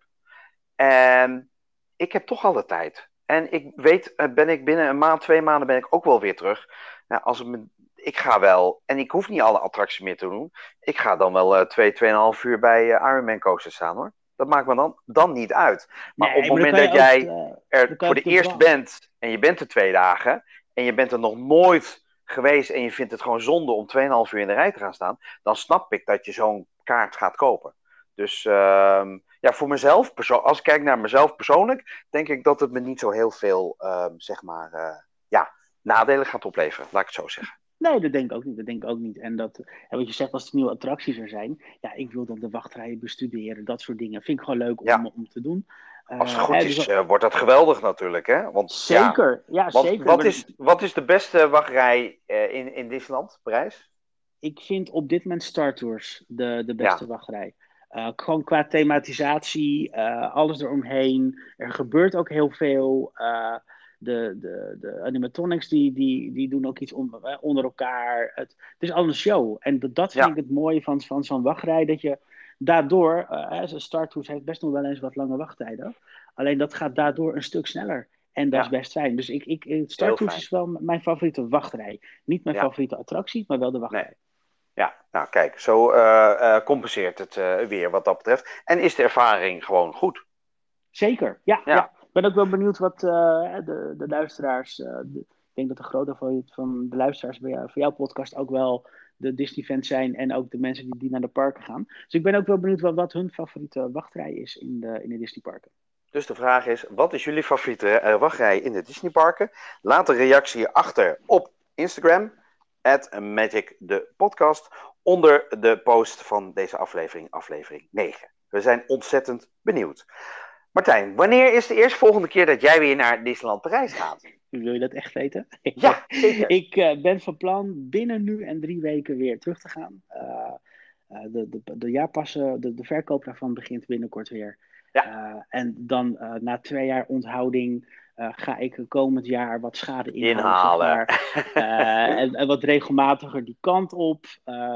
en ik heb toch al de tijd. En ik weet, ben ik binnen een maand, twee maanden ben ik ook wel weer terug. Nou, als het me, ik ga wel, en ik hoef niet alle attracties meer te doen. Ik ga dan wel uh, twee, tweeënhalf uur bij uh, Iron Man coaster staan hoor. Dat maakt me dan, dan niet uit. Maar nee, op het maar moment dat dat jij ook, uh, er voor de eerst bent en je bent er twee dagen en je bent er nog nooit geweest en je vindt het gewoon zonde om tweeënhalf uur in de rij te gaan staan, dan snap ik dat je zo'n kaart gaat kopen. Dus uh, ja, voor mezelf, perso- als ik kijk naar mezelf persoonlijk, denk ik dat het me niet zo heel veel, uh, zeg maar, uh, ja, nadelen gaat opleveren, laat ik het zo zeggen. Nee, dat denk ik ook niet. Dat denk ik ook niet. En dat, en wat je zegt, als er nieuwe attracties er zijn, ja, ik wil dan de wachtrijen bestuderen, dat soort dingen. Vind ik gewoon leuk om, ja. om te doen. Uh, als het goed hè, is, dus, uh, wordt dat geweldig natuurlijk, hè? Want, zeker, ja, ja, want zeker. Wat is, wat is de beste wachtrij uh, in, in Disneyland, Parijs? Ik vind op dit moment Star Tours de, de beste ja. wachtrij. Uh, gewoon qua thematisatie, uh, alles eromheen. Er gebeurt ook heel veel. Uh, de, de, de animatronics die, die, die doen ook iets on, uh, onder elkaar. Het, het is al een show. En dat, dat vind ja. ik het mooie van, van zo'n wachtrij. Dat je daardoor, uh, Star Tours heeft best nog wel eens wat lange wachttijden. Alleen dat gaat daardoor een stuk sneller. En dat ja. is best fijn. Dus ik, ik, Star Tours is wel mijn favoriete wachtrij. Niet mijn ja. favoriete attractie, maar wel de wachtrij. Nee. Ja, nou kijk, zo uh, uh, compenseert het uh, weer wat dat betreft. En is de ervaring gewoon goed? Zeker, ja. ja. ja. Ik ben ook wel benieuwd wat uh, de, de luisteraars... Uh, de, ik denk dat de grote van, van de luisteraars bij jou, voor jouw podcast ook wel de Disney-fans zijn. En ook de mensen die, die naar de parken gaan. Dus ik ben ook wel benieuwd wat, wat hun favoriete wachtrij is in de, in de Disney-parken. Dus de vraag is, wat is jullie favoriete uh, wachtrij in de Disney-parken? Laat een reactie achter op Instagram... at Magic de podcast, onder de post van deze aflevering, aflevering negen. We zijn ontzettend benieuwd. Martijn, wanneer is de eerstvolgende keer dat jij weer naar Disneyland Parijs gaat? Wil je dat echt weten? Ja, zeker. Ik uh, ben van plan binnen nu en drie weken weer terug te gaan. Uh, uh, de, de, de jaarpassen, de, de verkoop daarvan begint binnenkort weer. Ja. Uh, en dan uh, na twee jaar onthouding... Uh, ga ik komend jaar wat schade inhalen. inhalen. Zeg maar. uh, en, en wat regelmatiger die kant op. Uh,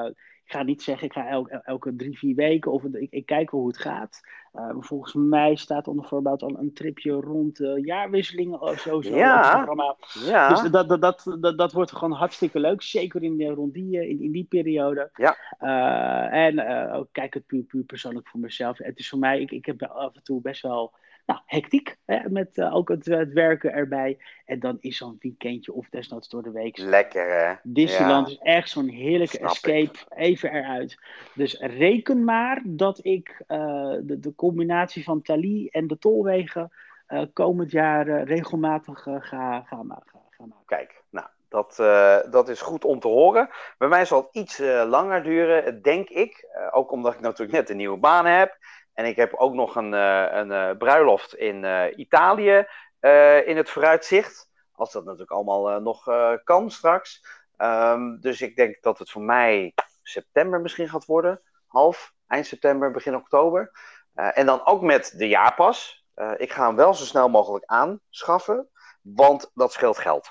ik ga niet zeggen, ik ga elke, elke drie, vier weken of ik, ik kijk wel hoe het gaat. Uh, volgens mij staat onder voorbouw al een tripje rond de jaarwisselingen of zo. zo Ja, op het programma. ja. Dus dat, dat, dat, dat, dat wordt gewoon hartstikke leuk. Zeker in, de, rond die, in, in die periode. Ja. Uh, en uh, ook kijk het puur, puur persoonlijk voor mezelf. Het is voor mij, ik, ik heb af en toe best wel nou, hectiek. Hè, met uh, ook het, het werken erbij. En dan is zo'n weekendje of desnoods door de week. Lekker hè. Disneyland ja. is echt zo'n heerlijke Snap escape. ik. Even eruit. Dus reken maar dat ik uh, de, de combinatie van Thalys en de Tolwegen uh, komend jaar uh, regelmatig uh, ga, ga, ga, ga maken. Kijk, nou, dat, uh, dat is goed om te horen. Bij mij zal het iets uh, langer duren, denk ik. Uh, ook omdat ik natuurlijk net een nieuwe baan heb. En ik heb ook nog een, uh, een uh, bruiloft in uh, Italië uh, in het vooruitzicht. Als dat natuurlijk allemaal uh, nog uh, kan straks. Um, dus ik denk dat het voor mij september misschien gaat worden. Half, eind september, begin oktober. Uh, en dan ook met de jaarpas. Uh, ik ga hem wel zo snel mogelijk aanschaffen. Want dat scheelt geld.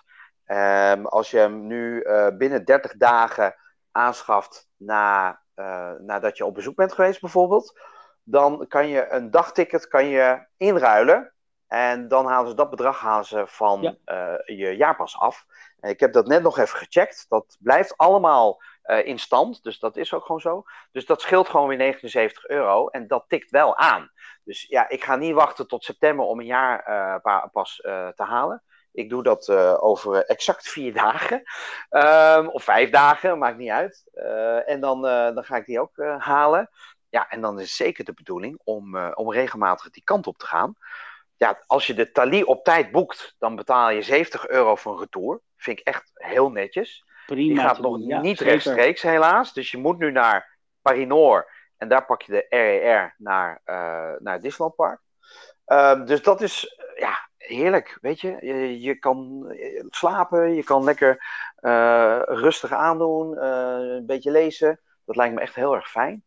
Um, als je hem nu uh, binnen dertig dagen aanschaft na, uh, nadat je op bezoek bent geweest bijvoorbeeld. Dan kan je een dagticket kan je inruilen. En dan halen ze dat bedrag halen ze van ja. uh, je jaarpas af. En ik heb dat net nog even gecheckt. Dat blijft allemaal uh, in stand. Dus dat is ook gewoon zo. Dus dat scheelt gewoon weer negenenzeventig euro. En dat tikt wel aan. Dus ja, ik ga niet wachten tot september om een jaarpas uh, uh, te halen. Ik doe dat uh, over exact vier dagen. Um, of vijf dagen, maakt niet uit. Uh, en dan, uh, dan ga ik die ook uh, halen. Ja, en dan is het zeker de bedoeling om, uh, om regelmatig die kant op te gaan. Ja, als je de Thalys op tijd boekt, dan betaal je zeventig euro voor een retour. Vind ik echt heel netjes. Prima die gaat nog doen, ja, niet zeker. Rechtstreeks helaas. Dus je moet nu naar Paris-Noord. En daar pak je de R E R naar, uh, naar het Disneylandpark. Uh, dus dat is uh, ja, heerlijk, weet je. Je, je kan slapen, je kan lekker uh, rustig aandoen, uh, een beetje lezen. Dat lijkt me echt heel erg fijn.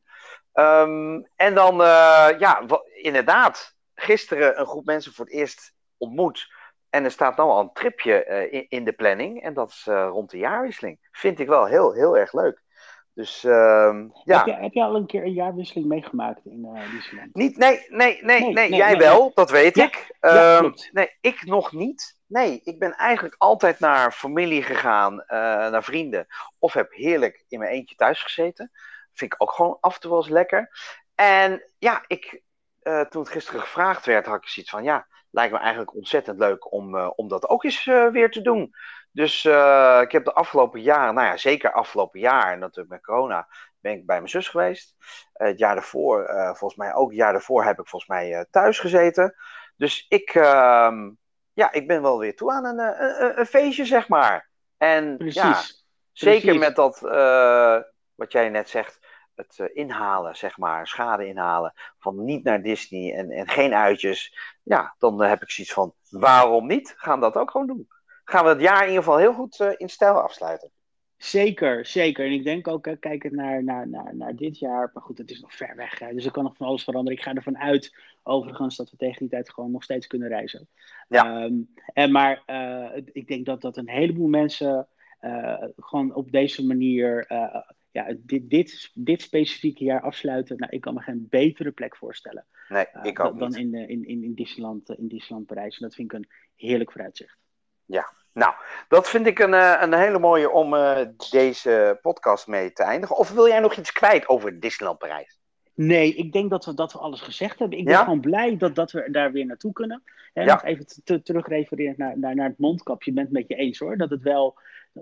Um, en dan, uh, ja, w- inderdaad, gisteren een groep mensen voor het eerst ontmoet. En er staat nou al een tripje uh, in, in de planning. En dat is uh, rond de jaarwisseling. Vind ik wel heel, heel erg leuk. Dus, uh, ja. Heb je, heb je al een keer een jaarwisseling meegemaakt in uh, Disneyland? Niet, nee, nee, nee, nee, nee, jij nee, wel, nee. dat weet ja, ik. Ja, um, klopt. Nee, ik nog niet. Nee, ik ben eigenlijk altijd naar familie gegaan, uh, naar vrienden. Of heb heerlijk in mijn eentje thuis gezeten. Vind ik ook gewoon af en toe wel eens lekker. En ja, ik, uh, toen het gisteren gevraagd werd, had ik zoiets van, ja, lijkt me eigenlijk ontzettend leuk om, uh, om dat ook eens uh, weer te doen. Dus uh, ik heb de afgelopen jaren, nou ja, zeker afgelopen jaar, en natuurlijk met corona, ben ik bij mijn zus geweest. Uh, het jaar daarvoor, uh, volgens mij ook, het jaar daarvoor heb ik volgens mij uh, thuis gezeten. Dus ik, uh, ja, ik ben wel weer toe aan een, een, een feestje, zeg maar. En Precies. ja, zeker Precies. met dat, uh, wat jij net zegt, het uh, inhalen, zeg maar, schade inhalen van niet naar Disney en, en geen uitjes. Ja, dan uh, heb ik zoiets van, waarom niet? Gaan we dat ook gewoon doen. Gaan we het jaar in ieder geval heel goed uh, in stijl afsluiten. Zeker, zeker. En ik denk ook, uh, kijkend naar, naar, naar, naar dit jaar, maar goed, het is nog ver weg. Hè? Dus er kan nog van alles veranderen. Ik ga ervan uit, overigens, dat we tegen die tijd gewoon nog steeds kunnen reizen. Ja. Um, en maar uh, ik denk dat, dat een heleboel mensen uh, gewoon op deze manier uh, ja, dit, dit, dit specifieke jaar afsluiten. Nou, ik kan me geen betere plek voorstellen. Nee, ik ook uh, dan niet. in, in, in, in Disneyland, in Disneyland Parijs. En dat vind ik een heerlijk vooruitzicht. Ja, nou, dat vind ik een, een hele mooie om uh, deze podcast mee te eindigen. Of wil jij nog iets kwijt over Disneyland Parijs? Nee, ik denk dat we, dat we alles gezegd hebben. Ik ja? ben gewoon blij dat, dat we daar weer naartoe kunnen. En ja. nog even te, terugrefereren naar, naar, naar het mondkapje. Je bent het met je eens hoor. Dat het wel...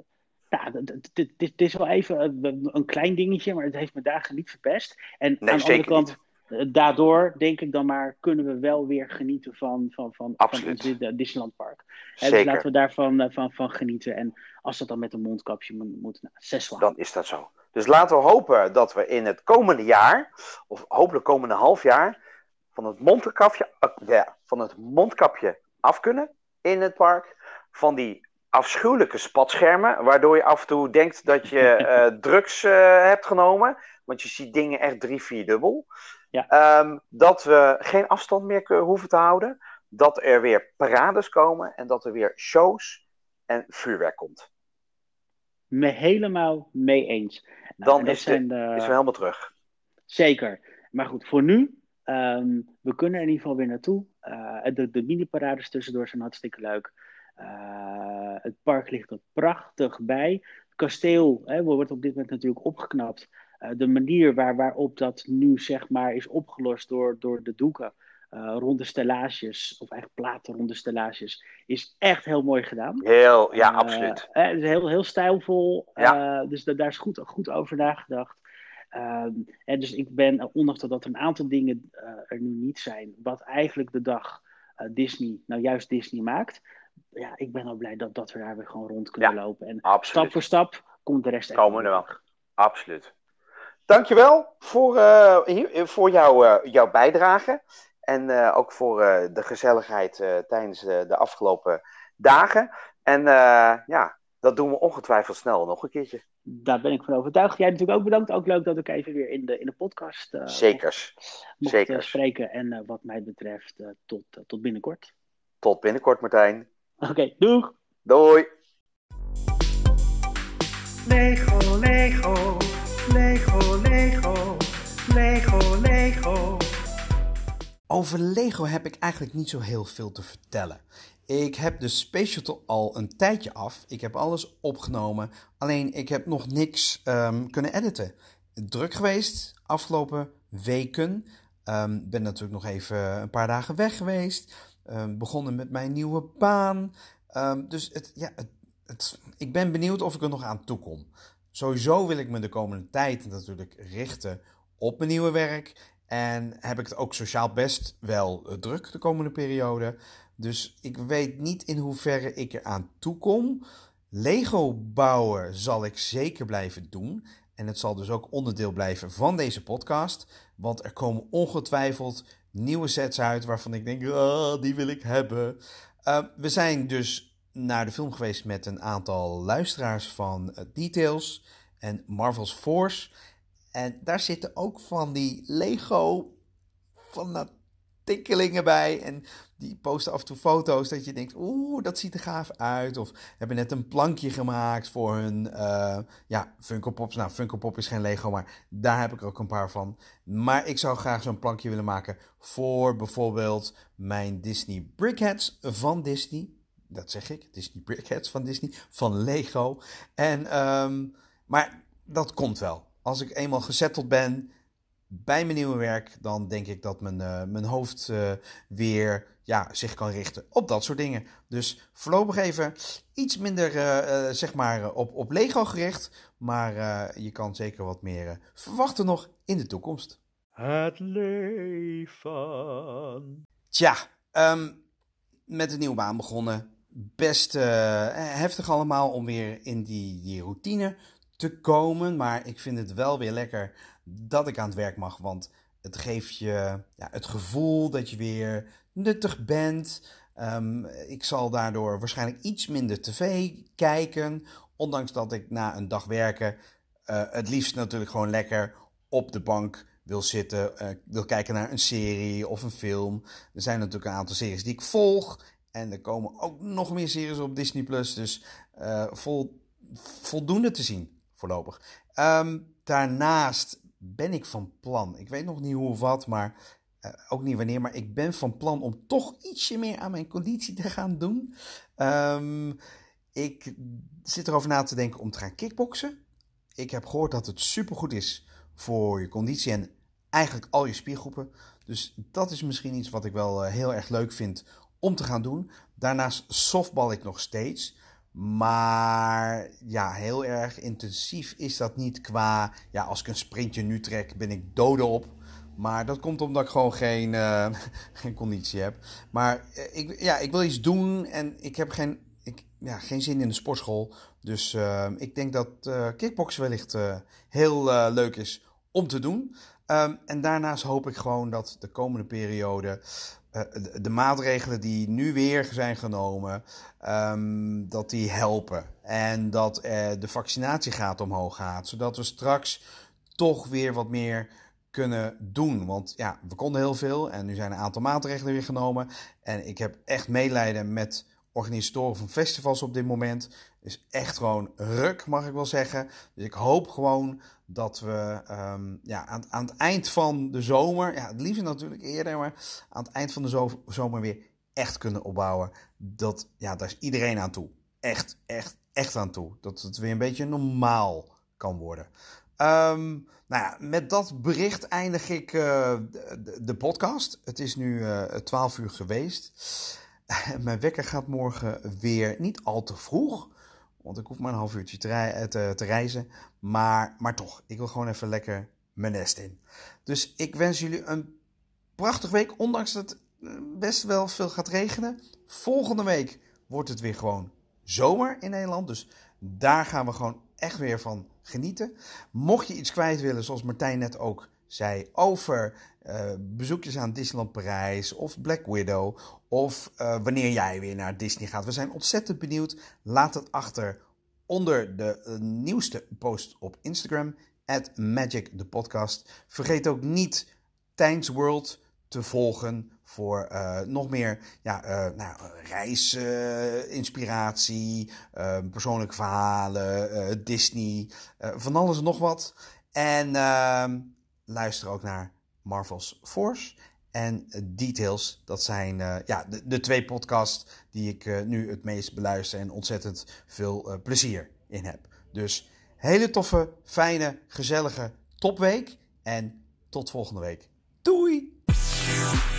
Nou, het is wel even een, een klein dingetje, maar het heeft me dagen niet verpest. En nee, aan de andere kant... Niet. Daardoor, denk ik dan maar, kunnen we wel weer genieten van, van, van, van ons Disneylandpark. Dus laten we daarvan van, van genieten. En als dat dan met een mondkapje moet, nou, zes dan is dat zo. Dus laten we hopen dat we in het komende jaar, of hopelijk komende half jaar, van het mondkapje, ja, van het mondkapje af kunnen in het park. Van die afschuwelijke spatschermen, waardoor je af en toe denkt dat je uh, drugs uh, hebt genomen. Want je ziet dingen echt drie, vier dubbel. Ja. Um, dat we geen afstand meer hoeven te houden. Dat er weer parades komen. En dat er weer shows en vuurwerk komt. me helemaal mee eens. Dan Uh, dat is, zijn de, de... is we helemaal terug. Zeker. Maar goed, voor nu, um, we kunnen er in ieder geval weer naartoe. Uh, de, de mini-parades tussendoor zijn hartstikke leuk. Uh, het park ligt er prachtig bij. Het kasteel hè, wordt op dit moment natuurlijk opgeknapt. Uh, de manier waar, waarop dat nu zeg maar is opgelost door, door de doeken uh, rond de stellages, of eigenlijk platen rond de stellages, is echt heel mooi gedaan. Heel, ja, uh, absoluut. Het is heel, heel stijlvol, ja. uh, dus da- daar is goed, goed over nagedacht. Um, en dus ik ben, ondanks dat er een aantal dingen uh, er nu niet zijn, wat eigenlijk de dag uh, Disney, nou juist Disney maakt, ja, ik ben al blij dat, dat we daar weer gewoon rond kunnen ja, lopen. En absoluut. stap voor stap komt de rest echt Komen we er wel. Absoluut. Dankjewel voor, uh, hier, voor jou, uh, jouw bijdrage. En uh, ook voor uh, de gezelligheid uh, tijdens uh, de afgelopen dagen. En uh, ja, dat doen we ongetwijfeld snel nog een keertje. Daar ben ik van overtuigd. Jij natuurlijk ook bedankt. Ook leuk dat ik even weer in de, in de podcast uh, Zekers. mocht, mocht Zekers. Uh, spreken. En uh, wat mij betreft uh, tot, uh, tot binnenkort. Tot binnenkort, Martijn. Oké, okay, doeg! Doei! Lego, Lego, Lego, Lego, Lego, Lego. Over Lego heb ik eigenlijk niet zo heel veel te vertellen. Ik heb de Space Shuttle al een tijdje af. Ik heb alles opgenomen. Alleen ik heb nog niks um, kunnen editen. Druk geweest afgelopen weken. Um, ben natuurlijk nog even een paar dagen weg geweest. Um, begonnen met mijn nieuwe baan. Um, dus het, ja, het, het, ik ben benieuwd of ik er nog aan toe kom. Sowieso wil ik me de komende tijd natuurlijk richten op mijn nieuwe werk. En heb ik het ook sociaal best wel druk de komende periode. Dus ik weet niet in hoeverre ik er aan toe kom. Lego bouwen zal ik zeker blijven doen. En het zal dus ook onderdeel blijven van deze podcast. Want er komen ongetwijfeld nieuwe sets uit waarvan ik denk, oh, die wil ik hebben. Uh, we zijn dus naar de film geweest met een aantal luisteraars van uh, Details en Marvel's Force. En daar zitten ook van die Lego fanatiekelingen bij. En die posten af en toe foto's dat je denkt, oeh, dat ziet er gaaf uit. Of hebben net een plankje gemaakt voor hun, uh, ja, Funko Pops. Nou, Funko Pop is geen Lego, maar daar heb ik er ook een paar van. Maar ik zou graag zo'n plankje willen maken voor bijvoorbeeld mijn Disney Brickheads van Disney. Dat zeg ik, Disney Brickheads van Disney, van Lego. En, um, maar dat komt wel. Als ik eenmaal gesetteld ben bij mijn nieuwe werk, dan denk ik dat mijn, uh, mijn hoofd uh, weer ja, zich kan richten op dat soort dingen. Dus voorlopig even iets minder uh, uh, zeg maar op, op Lego gericht. Maar uh, je kan zeker wat meer uh, verwachten nog in de toekomst. Het leven. Tja, um, met een nieuwe baan begonnen. Best uh, heftig allemaal om weer in die, die routine te komen. Maar ik vind het wel weer lekker dat ik aan het werk mag. Want het geeft je ja, het gevoel dat je weer nuttig bent. Um, ik zal daardoor waarschijnlijk iets minder tv kijken. Ondanks dat ik na een dag werken uh, het liefst natuurlijk gewoon lekker op de bank wil zitten. Uh, wil kijken naar een serie of een film. Er zijn natuurlijk een aantal series die ik volg. En er komen ook nog meer series op Disney Plus. Dus uh, vol, voldoende te zien voorlopig. Um, daarnaast ben ik van plan. Ik weet nog niet hoe of wat, maar uh, ook niet wanneer. Maar ik ben van plan om toch ietsje meer aan mijn conditie te gaan doen. Um, ik zit erover na te denken om te gaan kickboksen. Ik heb gehoord dat het supergoed is voor je conditie en eigenlijk al je spiergroepen. Dus dat is misschien iets wat ik wel uh, heel erg leuk vind om te gaan doen. Daarnaast softbal ik nog steeds. Maar ja, heel erg intensief is dat niet qua... Ja, als ik een sprintje nu trek, ben ik dode op. Maar dat komt omdat ik gewoon geen, uh, geen conditie heb. Maar uh, ik, ja, ik wil iets doen en ik heb geen, ik, ja, geen zin in de sportschool. Dus uh, ik denk dat uh, kickboksen wellicht uh, heel uh, leuk is om te doen. Um, en daarnaast hoop ik gewoon dat de komende periode... Uh, de, de maatregelen die nu weer zijn genomen, um, dat die helpen. En dat uh, de vaccinatiegraad omhoog gaat. Zodat we straks toch weer wat meer kunnen doen. Want ja, we konden heel veel en nu zijn een aantal maatregelen weer genomen. En ik heb echt medelijden met organisatoren van festivals op dit moment. Is echt gewoon ruk, mag ik wel zeggen. Dus ik hoop gewoon dat we um, ja, aan, aan het eind van de zomer, ja, het liefst natuurlijk eerder, maar aan het eind van de zo- zomer weer echt kunnen opbouwen. Dat, ja, daar is iedereen aan toe. Echt, echt, echt aan toe. Dat het weer een beetje normaal kan worden. Um, nou ja, met dat bericht eindig ik uh, de, de podcast. Het is nu uh, twaalf uur geweest. Mijn wekker gaat morgen weer niet al te vroeg. Want ik hoef maar een half uurtje te, rei- te, te reizen. Maar, maar toch, ik wil gewoon even lekker mijn nest in. Dus ik wens jullie een prachtige week. Ondanks dat het best wel veel gaat regenen. Volgende week wordt het weer gewoon zomer in Nederland. Dus daar gaan we gewoon echt weer van genieten. Mocht je iets kwijt willen, zoals Martijn net ook zei, over uh, bezoekjes aan Disneyland Parijs of Black Widow, of uh, wanneer jij weer naar Disney gaat. We zijn ontzettend benieuwd. Laat het achter onder de uh, nieuwste post op Instagram, at Magic the Podcast. Vergeet ook niet Tijns World te volgen voor uh, nog meer ja, uh, nou, reisinspiratie, uh, uh, persoonlijke verhalen, uh, Disney, uh, van alles en nog wat. En uh, luister ook naar Marvel's Force en uh, Details. Dat zijn uh, ja, de, de twee podcasts die ik uh, nu het meest beluister en ontzettend veel uh, plezier in heb. Dus hele toffe, fijne, gezellige topweek en tot volgende week. Doei!